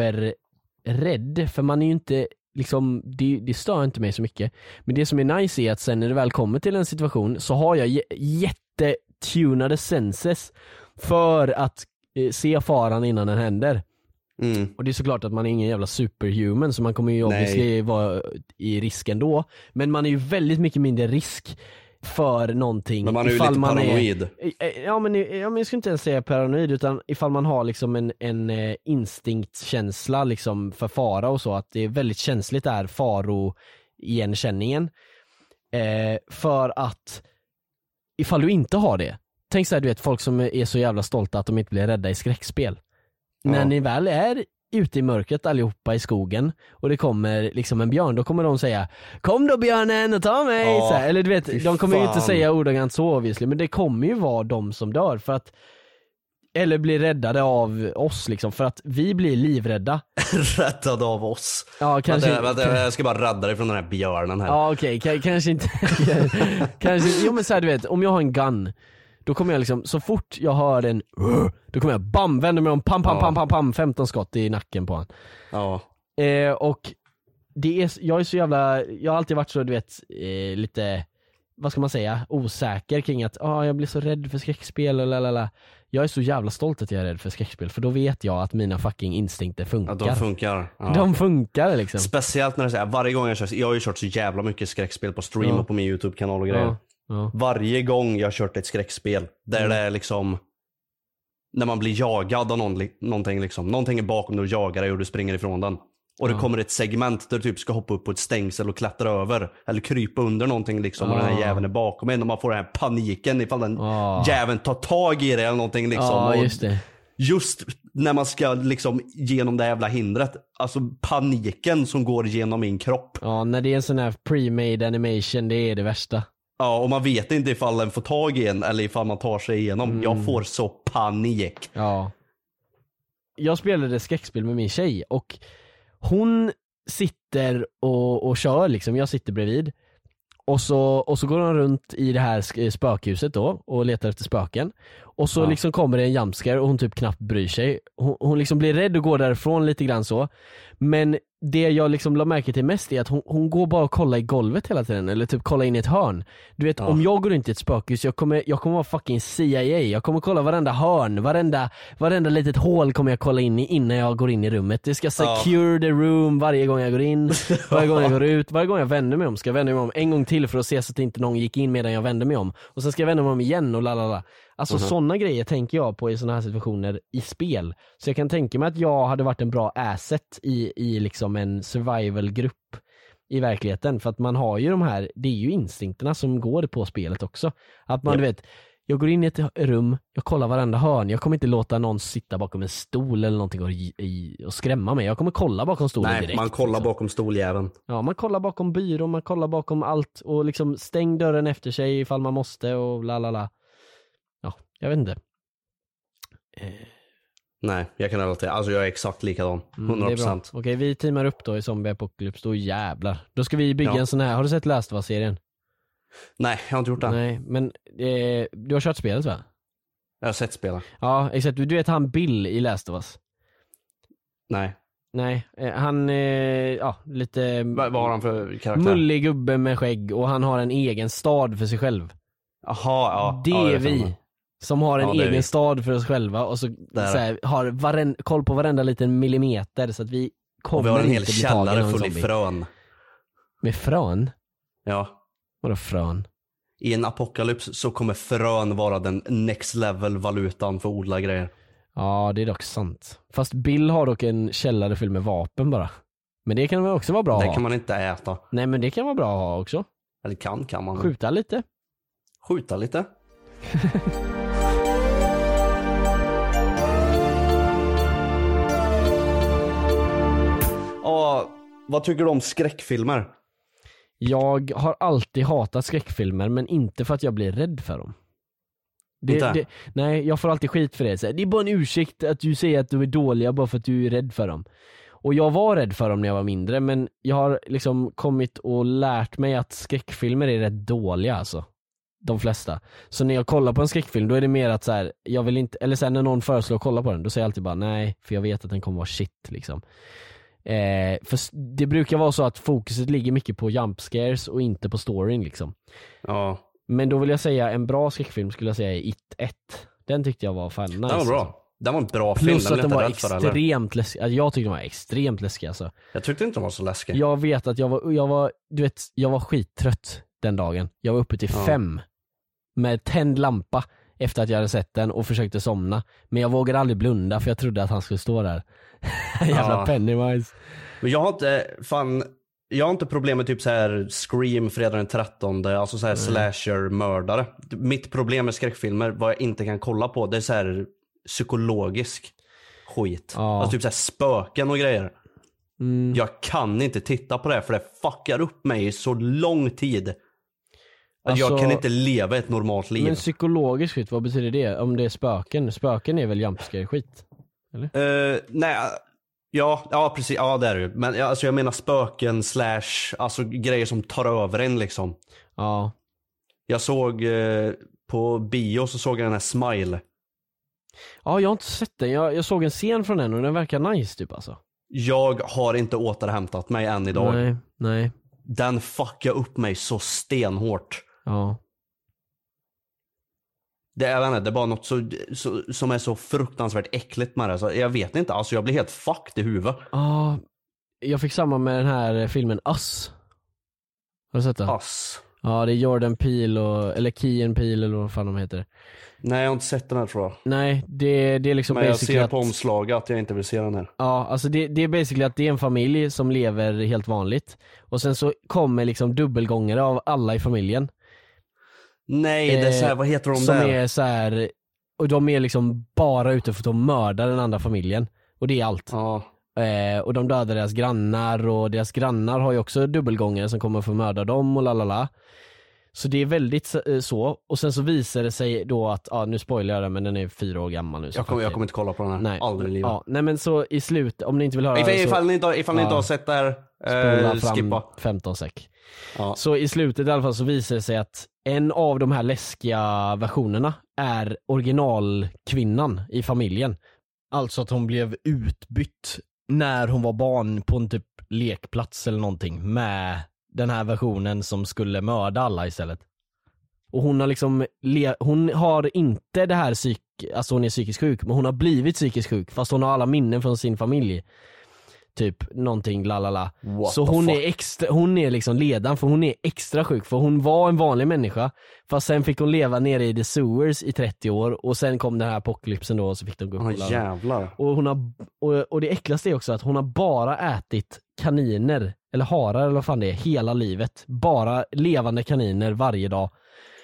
överrädd, för man är ju inte liksom, det, det stör inte mig så mycket. Men det som är nice är att sen när det väl kommer till en situation så har jag j- jättetunade senses för att eh, se faran innan den händer.
Mm.
Och det är såklart att man är ingen jävla superhuman, så man kommer ju obviously vara i risk ändå. Men man är ju väldigt mycket mindre risk för någonting.
Men man är ju
ifall
lite
man
paranoid.
Är, ja, men, ja men jag skulle inte ens säga paranoid, utan ifall man har liksom en, en eh, instinktkänsla liksom för fara och så, att det är väldigt känsligt där faro igenkänningen. Eh, för att ifall du inte har det, tänk så här, du vet folk som är så jävla stolta att de inte blir rädda i skräckspel.
Ja.
När ni väl är ute i mörkret allihopa i skogen och det kommer liksom en björn, då kommer de säga kom då björnen och ta mig,
Ja,
så här. Eller du vet,
fy
de kommer ju inte
fan.
säga ordagrant så obviously, men det kommer ju vara de som dör för att, eller blir räddade av oss liksom, för att vi blir livrädda.
Räddad av oss.
Ja, kanske
vänta, vänta, jag ska bara rädda dig från den här björnen här.
Ja okej, okay. kanske inte kanske, jo men så här, du vet, om jag har en gun, då kommer jag liksom, så fort jag hör en då kommer jag bam, vänder mig om, pam pam
Ja.
pam pam pam, femton skott i nacken på han.
Ja.
Eh, och det är, jag är så jävla, jag har alltid varit så, du vet, eh, lite, vad ska man säga, osäker kring att ah, jag blir så rädd för skräckspel och lalala. Jag är så jävla stolt att jag är rädd för skräckspel, för då vet jag att mina fucking instinkter funkar.
Att de funkar. Ja.
De funkar liksom.
Speciellt när det säger varje gång jag kör, jag har ju kört så jävla mycket skräckspel på stream
Ja.
och på min YouTube-kanal och grejer.
Ja. Ja.
Varje gång jag har kört ett skräckspel där
Mm.
det är liksom när man blir jagad av någon, någonting liksom. Någonting är bakom dig och jagar dig och du springer ifrån den. Och det
Ja.
kommer ett segment där du typ ska hoppa upp på ett stängsel och klättra över. Eller krypa under någonting liksom. Och den här
Ja.
jäveln är bakom en och man får den här paniken ifall den
Ja.
jäveln tar tag i det eller någonting liksom.
Ja,
och
just det.
Just när man ska liksom genom det jävla hindret. Alltså paniken som går genom min kropp.
Ja, när det är en sån här pre-made animation, det är det värsta.
Ja, och man vet inte ifall den får tag i en eller ifall man tar sig igenom.
Mm.
Jag får så panik.
Ja. Jag spelade skräckspel med min tjej och hon sitter och, och kör liksom, jag sitter bredvid. Och så, och så går hon runt i det här sk- spökhuset då och letar efter spöken. Och så
Ja.
liksom kommer det en jumpscare och hon typ knappt bryr sig. Hon, hon liksom blir rädd och går därifrån lite grann så. Men det jag liksom la märke till mest är att hon, hon går bara och kollar i golvet hela tiden. Eller typ kolla in i ett hörn. Du vet,
Ja.
om jag går runt i ett spökhus, jag kommer, jag kommer vara fucking C I A. Jag kommer kolla varenda hörn, varenda, varenda litet hål kommer jag kolla in i innan jag går in i rummet. Det ska secure the room varje gång jag går in, varje gång jag går ut, varje gång jag vänder mig om. Ska jag vända mig om en gång till för att se så att inte någon gick in medan jag vände mig om. Och sen ska jag vända mig om igen och lalala. Alltså
Mhm.
sådana grejer tänker jag på i sådana här situationer i spel. Så jag kan tänka mig att jag hade varit en bra asset i, i liksom en survival-grupp i verkligheten. För att man har ju de här, det är ju instinkterna som går på spelet också. Att man,
Ja.
du vet, Jag går in i ett rum, jag kollar varenda hörn. Jag kommer inte låta någon sitta bakom en stol eller någonting och, i, och skrämma mig. Jag kommer kolla bakom stolen
Nej,
direkt.
man kollar
liksom.
bakom stoljäveln.
Ja, man kollar bakom byrån, man kollar bakom allt och liksom stäng dörren efter sig ifall man måste och la la la. Ja, jag vet inte. Eh.
Nej, jag kan relatera. Alltså jag är exakt likadan. hundra procent.
Mm, okej, vi teamar upp då i Zombie Apocalypse. Då jävlar. Då ska vi bygga
Ja.
en sån här. Har du sett Last of Us-serien?
Nej, jag har inte gjort det.
Nej, men eh, du har kört spelet va?
Jag har sett spela.
Ja, exakt. Du vet han Bill i Last of Us?
Nej.
Nej, eh, han, eh, ja, lite
Va, vad har han för karaktär?
mullig gubbe med skägg och han har en egen stad för sig själv.
Jaha, ja.
Det
ja,
är
jag vet
vi
inte.
som har en
Ja, det är
egen
vi.
stad för oss själva och så,
Det är
så här, har varen, koll på varenda liten millimeter så att vi kommer
Och vi har en hel
inte bli tagna av
källare
en
full i
zombie.
frön.
Med frön?
Ja.
Vadå frön?
I en apokalyps så kommer frön vara den next level valutan för att odla grejer.
Ja, det är dock sant. Fast Bill har dock en källare full med vapen bara. Men det kan väl också vara bra att
Det
ha?
kan man inte äta.
Nej, men det kan vara bra att ha också.
Eller kan, kan man.
Skjuta lite.
Skjuta lite. Ja, vad tycker du om skräckfilmer?
Jag har alltid hatat skräckfilmer, men inte för att jag blir rädd för dem. Det,
Inte?
det, nej, jag får alltid skit för det. Så här, det är bara en ursäkt att du säger att du är dåliga bara för att du är rädd för dem. Och jag var rädd för dem när jag var mindre, men jag har liksom kommit och lärt mig att skräckfilmer är rätt dåliga alltså. De flesta. Så när jag kollar på en skräckfilm, då är det mer att så här, jag vill inte, eller sen när någon föreslår att kolla på den, då säger jag alltid bara nej, för jag vet att den kommer vara shit liksom. Eh, för det brukar vara så att fokuset ligger mycket på jump scares och inte på storyn liksom.
Ja.
Men då vill jag säga en bra skräckfilm skulle jag säga är It ett. Den tyckte jag var fan nice.
Den var bra. Den var en bra film.
Plus
Den
att den var
rädd för, eller?
extremt läskig. Alltså, jag tyckte den var extremt läskig alltså.
Jag tyckte inte den var så läskig.
Jag vet att jag var, jag var, du vet, jag var skittrött den dagen. Jag var uppe till
Ja.
fem med tänd lampa efter att jag hade sett den och försökte somna. Men jag vågade aldrig blunda för jag trodde att han skulle stå där. Jävla
Ja.
Pennywise.
Men jag har inte, fan, jag har inte problem med typ så här Scream, fredag den trettonde, alltså så här slasher-mördare. Mitt problem med skräckfilmer, vad jag inte kan kolla på, det är så här psykologisk skit.
Ja.
Alltså typ så här spöken och grejer.
Mm.
Jag kan inte titta på det för det fuckar upp mig i så lång tid. Att
Alltså-
jag kan inte leva ett normalt liv.
Men psykologiskt skit, vad betyder det? Om det är spöken, spöken är väl jumpscare skit? Eller?
Uh, nej, ja, ja precis, ja det är det ju. Men alltså jag menar spöken slash, alltså grejer som tar över en liksom.
Ja.
Jag såg eh, på bio så såg jag den här Smile.
Ja, jag har inte sett den. Jag, jag såg en scen från den och den verkar nice typ alltså.
Jag har inte återhämtat mig än idag.
Nej, nej.
Den fuckar upp mig så stenhårt.
Ja.
Det är, jag vet inte, det är bara något så, så, som är så fruktansvärt äckligt med det. Så jag vet inte, alltså jag blir helt fucked i huvudet.
Ja, jag fick samma med den här filmen Us. Har du sett den?
Us.
Ja, det är Jordan Peele och, eller Key and Peele eller vad fan de heter.
Nej, jag har inte sett den här tror jag.
Nej, det, det är liksom
Men jag
basically
ser
att,
på omslaget att jag inte vill se den här.
ja, alltså det, det är basically att det är en familj som lever helt vanligt. Och sen så kommer liksom dubbelgångare av alla i familjen.
Nej, det är så här, vad heter de
som
där?
är så här, och de är liksom bara ute för att de mördar den andra familjen. Och det är allt.
Ja.
Eh, och de dödar deras grannar och deras grannar har ju också dubbelgångare som kommer för att mörda dem och lalala. Så det är väldigt så, så. Och sen så visar det sig då att, ja nu spoilar jag det men den är fyra år gammal nu. Så
Jag kommer, jag
fuck
kommer inte kolla på den här.
Nej.
Aldrig i livet.
Ja, nej men så i slut, om ni inte vill höra
Ifall,
så,
ifall ni inte, ifall ni inte
ja.
har sett det här,
spola
eh,
fram
skippa.
femton sek.
Ja.
Så i slutet i alla fall så visar det sig att en av de här läskiga versionerna är originalkvinnan i familjen. Alltså att hon blev utbytt när hon var barn på en typ lekplats eller någonting med den här versionen som skulle mörda alla istället. Och hon har liksom le- hon har inte det här psyk alltså hon är psykiskt sjuk, men hon har blivit psykiskt sjuk fast hon har alla minnen från sin familj. Typ någonting lalala.
What
Så
the
hon
fuck?
är extra, hon är liksom ledaren för hon är extra sjuk för hon var en vanlig människa fast sen fick hon leva nere i the sewers i trettio år och sen kom den här apokalypsen då och så fick de gå upp
Ja,
och lalala.
jävlar.
Och hon har och, och det äckligaste är också att hon har bara ätit kaniner eller harar eller vad fan det är hela livet. Bara levande kaniner varje dag.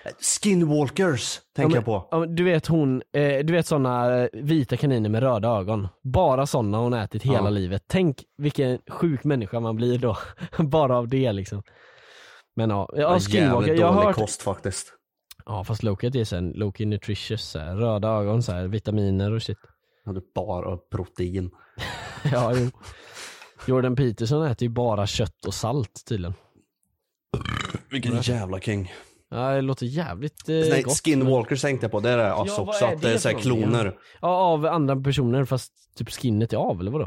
Skinwalkers tänker
ja, men,
jag på.
Ja, du vet hon, eh, du vet såna vita kaniner med röda ögon. Bara såna hon ätit hela
ja.
livet. Tänk vilken sjuk människa man blir då. Bara av det liksom. Men ja, ja,
ja
Skinwalker, jag har hört...
kost faktiskt.
Ja, fast Loki är sen Loki Nutritious, så här, röda ögon, så här, vitaminer och shit.
Ja, du bara protein.
Ja, jo. Jordan Peterson äter ju bara kött och salt tydligen.
Vilken jävla king.
Ja, det låter jävligt eh,
Nej,
gott.
Skinwalkers tänkte jag på, det är det alltså
Ja,
också,
är
att det är så här kloner.
Ja, av andra personer, fast typ skinnet är av, eller vadå?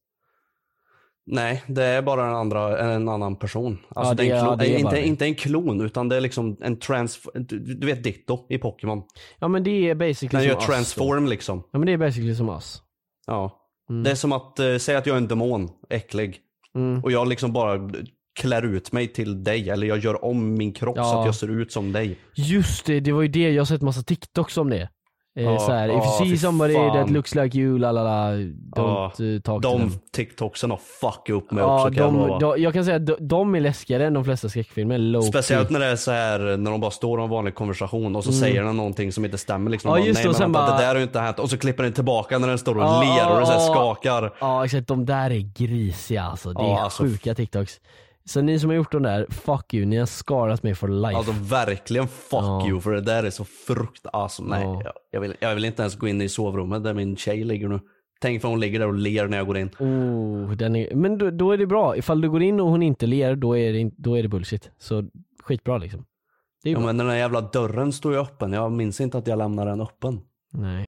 Nej, det är bara en, andra, en annan person. Alltså
Ja,
det är en
det-
klon,
ja, det är
inte,
bara det.
inte en klon, utan det är liksom en trans... Du, du vet Ditto i Pokémon.
Ja, men det är basically
Den
som
gör
oss
transform
då.
liksom.
Ja, men det är basically som oss.
Ja.
Mm.
Det är som att, uh, säga att jag är en demon, äcklig.
Mm.
Och jag liksom bara klär ut mig till dig, eller jag gör om min kropp
Ja.
så att jag ser ut som dig.
Just det, det var ju det, jag har sett massa TikToks om det. Eh,
Ja,
så här, if
ja,
you see
fy
somebody
fan.
that looks like you, lalala, don't
Ja,
uh, talk to
de
them.
TikToksen har fuck upp mig
Ja,
också, kan jag
de,
lova.
de, jag kan säga att de, de är läskigare än de flesta skräckfilmer. Low
Speciellt
key.
när det är så här, när de bara står i en vanlig konversation och så
Mm.
säger den någonting som inte stämmer liksom.
Ja,
De bara,
just
nej
det, och
men
sen
vänta,
bara-
det där har ju inte hänt. Och så klipper den tillbaka när den står och
Ja,
ler och det så här
ja,
skakar.
Ja, exakt, de där är grisiga alltså. Det är
Ja, alltså,
sjuka TikToks. Så ni som har gjort de där, fuck you, ni har skarat mig for life.
Alltså verkligen fuck
Ja.
you, för det där är så frukt. Alltså nej,
Ja.
jag, jag, vill, jag vill inte ens gå in i sovrummet där min tjej ligger nu. Tänk för hon ligger där och ler när jag går in.
Oh, den är, men då, då är det bra. Ifall du går in och hon inte ler, då är det, in- då är det bullshit. Så skitbra liksom. Det är
Ja,
bra.
men den där jävla dörren står ju öppen. Jag minns inte att jag lämnar den öppen.
Nej.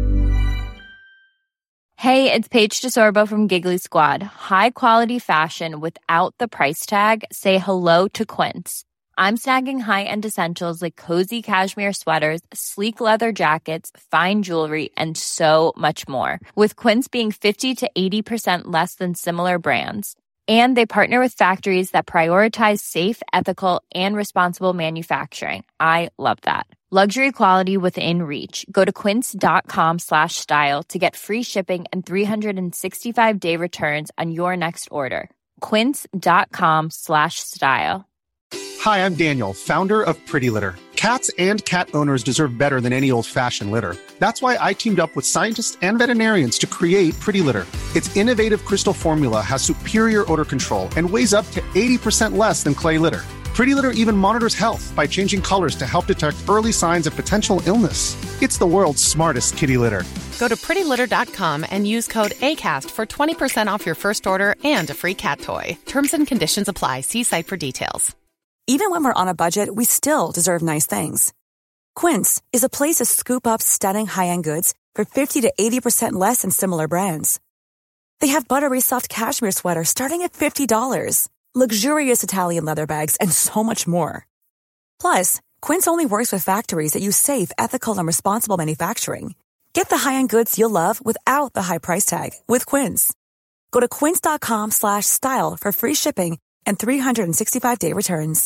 Hey, it's Paige DeSorbo from Giggly Squad. High quality fashion without the price tag. Say hello to Quince. I'm snagging high-end essentials like cozy cashmere sweaters, sleek leather jackets, fine jewelry, and so much more. With Quince being fifty to eighty percent less than similar brands. And they partner with factories that prioritize safe, ethical, and responsible manufacturing. I love that. Luxury quality within reach. Go to quince.com slash style to get free shipping and three sixty-five day returns on your next order. Quince.com slash style.
Hi, I'm Daniel, founder of Pretty Litter. Cats and cat owners deserve better than any old-fashioned litter. That's why I teamed up with scientists and veterinarians to create Pretty Litter. Its innovative crystal formula has superior odor control and weighs up to eighty percent less than clay litter. Pretty Litter even monitors health by changing colors to help detect early signs of potential illness. It's the world's smartest kitty litter.
Go to pretty litter dot com and use code ACAST for twenty percent off your first order and a free cat toy. Terms and conditions apply. See site for details.
Even when we're on a budget, we still deserve nice things. Quince is a place to scoop up stunning high-end goods for fifty to eighty percent less than similar brands. They have buttery soft cashmere sweaters starting at fifty dollars, luxurious Italian leather bags, and so much more. Plus, Quince only works with factories that use safe, ethical, and responsible manufacturing. Get the high-end goods you'll love without the high price tag with Quince. Go to quince.com slash style for free shipping and three sixty-five day returns.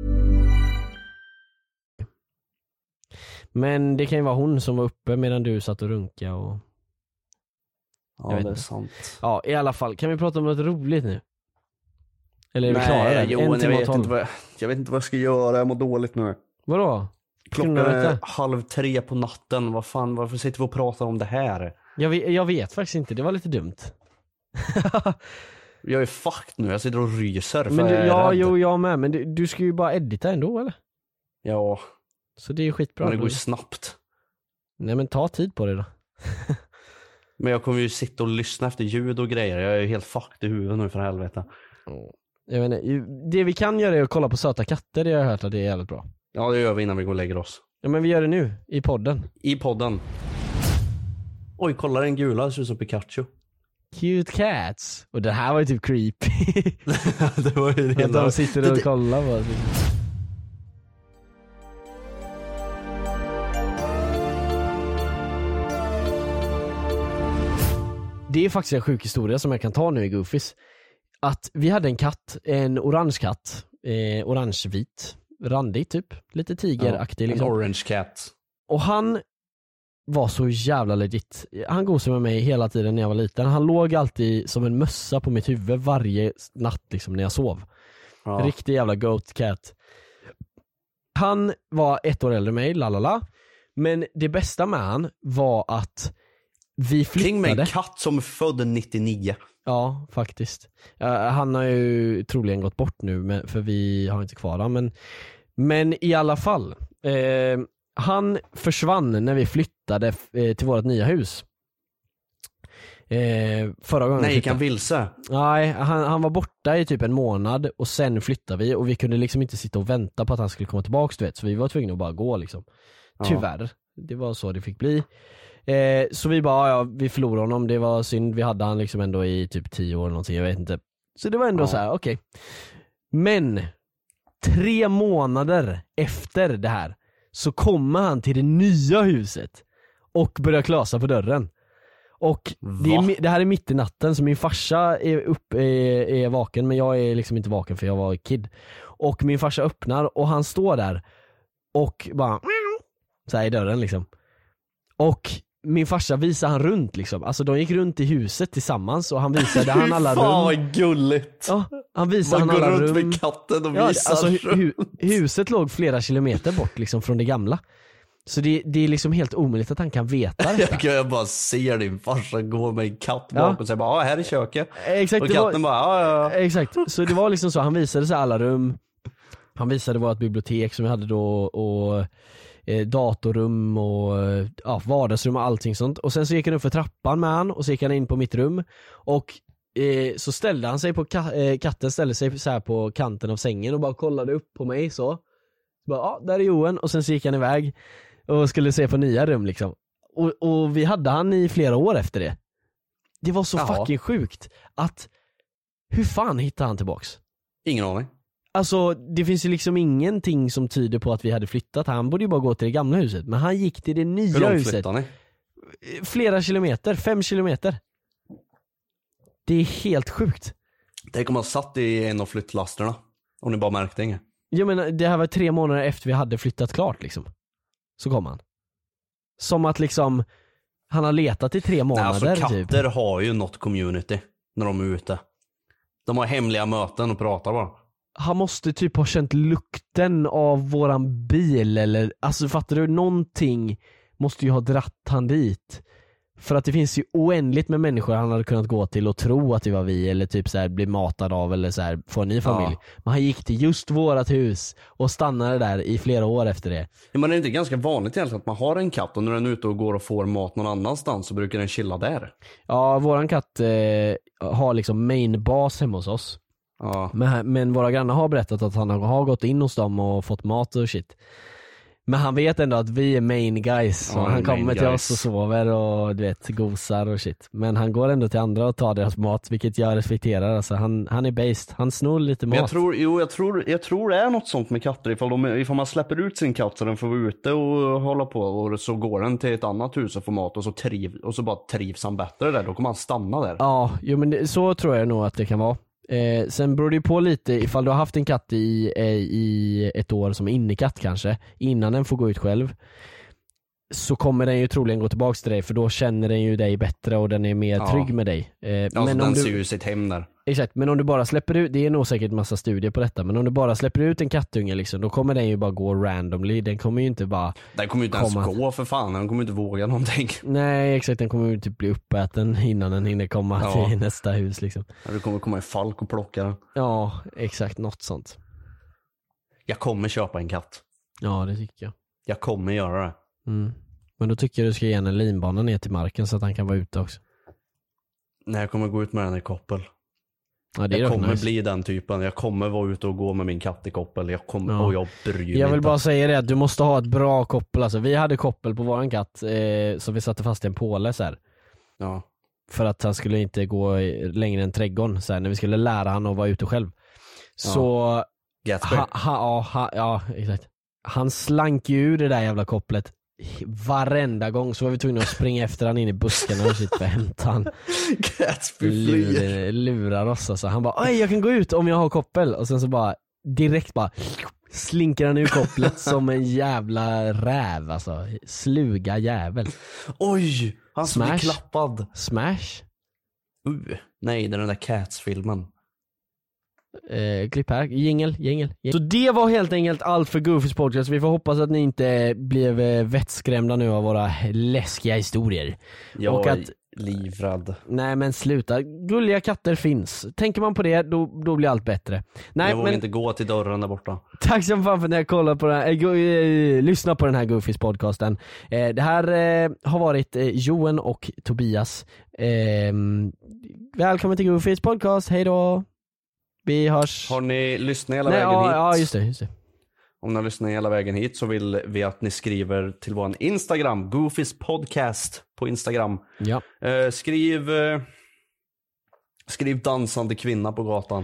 Men det kan ju vara hon som var uppe medan du satt och runka och...
Ja, det är sant.
Ja, i alla fall. Kan vi prata om något roligt nu? Eller är vi
Nej,
klara där?
jo,
En
jag
timme och
vet
tolv.
inte vad jag, jag vet inte vad jag ska göra, jag mår dåligt nu.
Vadå?
Klockan
Kunde du
är
inte?
halv tre på natten, vad fan, varför sitter vi och pratar om det här?
Jag vet, jag vet faktiskt inte, det var lite dumt.
Jag är fucked nu, jag sitter och ryser för
Men du,
jag är
ja,
rädd.
jo, jag med. Men du, du ska ju bara edita ändå, eller?
Ja.
Så det är ju skitbra.
Men det går ju snabbt.
Nej, men ta tid på det då.
Men jag kommer ju sitta och lyssna efter ljud och grejer. Jag är ju helt fucked i huvudet nu, för helvete.
Jag vet inte, det vi kan göra är att kolla på söta katter, det har jag hört att det är jävligt bra.
Ja, det gör vi innan vi går och lägger oss.
Ja, men vi gör det nu, i podden.
I podden. Oj, kolla den gula, det ser ut som Pikachu.
Cute cats. Och det här var ju typ creepy.
Det var ju
att de sitter och
det,
kollar på oss. Det är faktiskt en sjuk historia som jag kan ta nu i Goofies. Att vi hade en katt, en orange katt, eh, orangevit, randig typ, lite tigeraktig.
Ja,
liksom.
en orange cat.
Och han var så jävla legit. Han gosade med mig hela tiden när jag var liten. Han låg alltid som en mössa på mitt huvud varje natt liksom när jag sov.
Ja.
Riktig jävla goat cat. han var ett år äldre än mig, lalala. Men det bästa med han var att vi flyttade.
Kring med en katt som är född nittionio.
Ja, faktiskt. Uh, han har ju troligen gått bort nu, men, för vi har inte kvar honom. Men, men i alla fall. Uh, han försvann när vi flyttade uh, till vårt nya hus. Uh, förra gången
Nej, gick han vilse?
Nej, han, han var borta i typ en månad och sen flyttade vi och vi kunde liksom inte sitta och vänta på att han skulle komma tillbaka, du vet. Så vi var tvungna att bara gå liksom. Tyvärr. Ja. Det var så det fick bli. Eh, så vi bara, ja, vi förlorade honom. Det var synd, vi hade han liksom ändå i typ tio år eller någonting, jag vet inte. Så det var ändå ja. så här, okej. Okay. Men tre månader efter det här så kommer han till det nya huset och börjar klasa på dörren. Och det, är, det här är mitt i natten, så min farsa är upp är, är vaken, men jag är liksom inte vaken för jag var kid. Och min farsa öppnar och han står där och bara så här i dörren liksom. Och min farsa visade han runt liksom. Alltså de gick runt i huset tillsammans och han visade han alla rum.
Fan vad gulligt.
Ja, han visade
man
han alla
går
rum.
runt med katten och
ja,
visar
alltså, hu- huset låg flera kilometer bort liksom från det gamla. Så det, det är liksom helt omöjligt att han kan veta detta.
Jag, jag bara ser din farsa gå med en katt bakom ja. och säga bara, ja, här är köket.
Exakt,
och katten
var,
bara, ja, ja.
Exakt, så det var liksom så, han visade sig alla rum. Han visade vårt bibliotek som vi hade då och eh, datorrum och ja, vardagsrum och allting sånt. Och sen så gick han upp för trappan med han och så gick han in på mitt rum. Och eh, så ställde han sig på, ka- eh, katten ställde sig så här på kanten av sängen och bara kollade upp på mig så. så bara, ja, där är Johan. Och sen så gick han iväg och skulle se på nya rum liksom. Och, och vi hade han i flera år efter det. Det var så Jaha. fucking sjukt att hur fan hittade han tillbaks?
Ingen aning.
Alltså det finns ju liksom ingenting som tyder på att vi hade flyttat. Han borde ju bara gå till det gamla huset. Men han gick till det nya
Hur långt
huset.
flyttade ni?
Flera kilometer, fem kilometer. Det är helt sjukt.
Tänk om han satt i en av flyttlasterna. Om ni bara märkte inget.
Jag menar, det här var tre månader efter vi hade flyttat klart liksom. Så kom han. Som att liksom han har letat i tre månader.
Nej, alltså katter
typ.
har ju något community när de är ute. De har hemliga möten och pratar bara.
Han måste typ ha känt lukten av våran bil eller, alltså fattar du, någonting måste ju ha dratt han dit. För att det finns ju oändligt med människor han hade kunnat gå till och tro att det var vi eller typ så här bli matad av eller så här få en ny familj. Ja. Men han gick till just vårat hus och stannade där i flera år efter det.
Ja, men det är inte ganska vanligt egentligen att man har en katt och när den är ute och går och får mat någon annanstans så brukar den chilla där.
Ja, våran katt eh, har liksom main bas hemma hos oss.
Ja.
Men, men våra grannar har berättat att han har gått in hos dem och fått mat och shit. Men han vet ändå att vi är main guys. Så
ja,
han kommer till
guys.
oss och sover och du vet, gosar och shit. Men han går ändå till andra och tar deras mat, vilket jag respekterar. Alltså, han, han är based, han snor lite mat.
Men jag tror, jo, jag tror, jag tror det är något sånt med katter. Ifall, de, ifall man släpper ut sin katt så den får vara ute och hålla på och så går den till ett annat hus och får mat och så, triv, och så bara trivs han bättre där. Då kommer han stanna där.
Ja, jo, men det, så tror jag nog att det kan vara. Eh, sen beror det ju på lite ifall du har haft en katt i, eh, i ett år som innekatt kanske, innan den får gå ut själv, så kommer den ju troligen gå tillbaka till dig, för då känner den ju dig bättre och den är mer
ja.
trygg med dig. Eh,
ja,
men
den
om du...
ser ju sitt hem där.
Exakt, men om du bara släpper ut, det är nog säkert massa studier på detta, men om du bara släpper ut en kattunge liksom, då kommer den ju bara gå randomly, den kommer ju inte bara
den kommer ju inte ens
komma...
gå för fan, den kommer inte våga någonting.
Nej exakt, den kommer ju typ bli uppäten innan den hinner komma ja. till nästa hus liksom.
Ja, det kommer komma en falk och plocka den.
Ja, exakt, något sånt.
Jag kommer köpa en katt.
Ja, det tycker jag.
Jag kommer göra det.
Mm. Men då tycker jag du ska ge en linbana ner till marken så att han kan vara ute också.
Nej, jag kommer gå ut med den i koppel.
Ja, det är
jag kommer
nice.
bli den typen. Jag kommer vara ute och gå med min katt i koppel. Jag kommer,
ja.
och jag bryr mig
Jag vill
inte.
bara säga det att du måste ha ett bra koppel. Alltså, vi hade koppel på våran katt eh, så vi satte fast en påle så här.
Ja.
För att han skulle inte gå längre än trädgården så här, när vi skulle lära han att vara ute själv. Så
ja.
ha, ha, ha, ja, exakt. Han slank ju ur det där jävla kopplet varenda gång, så var vi tvungna att springa efter han in i buskarna och shit för att hämta han.
Gatsby
Lurar, lurar oss alltså. Han bara, oj jag kan gå ut om jag har koppel, och sen så bara direkt bara slinker han ur kopplet som en jävla räv alltså. Sluga jävel.
Oj, han som blir klappad.
Smash?
Uh, nej, det är den där Cats-filmen.
Eh, klipp här, jingel, jingel. Så det var helt enkelt allt för Goofys podcast. Vi får hoppas att ni inte blev eh, vettskrämda nu av våra läskiga historier.
Jag
och att,
är livrädd.
Nej men sluta, gulliga katter finns. Tänker man på det, då, då blir allt bättre. Nej,
jag vågar
men
inte gå till dörren där borta.
tack så fan för att ni har kollat på den här, äh, go, äh, lyssna på den här Goofys podcasten. Eh, det här eh, har varit eh, Johan och Tobias. Eh, välkommen till Goofys podcast, hej då. Vi hörs.
Har ni lyssnat hela
Nej,
vägen
ja,
hit?
Ja, just det, just det.
Om ni har lyssnat hela vägen hit så vill vi att ni skriver till vår Instagram, Goofys podcast på Instagram.
Ja.
Eh, skriv eh, skriv dansande kvinna på gatan.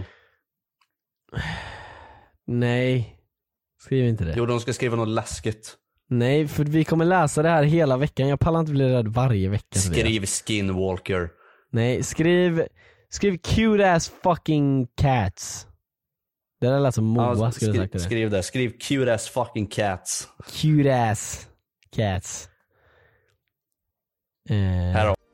Nej, skriv inte det.
Jo, de ska skriva något läskigt.
Nej, för vi kommer läsa det här hela veckan. Jag pallar inte bli rädd varje vecka.
Skriv Skinwalker.
Nej, skriv Skriv cute ass fucking cats. Det där lät som Moa
ja,
skulle
skri-
sagt det.
Skriv det, skriv cute ass fucking cats.
Cute ass cats. Eh.
Här då.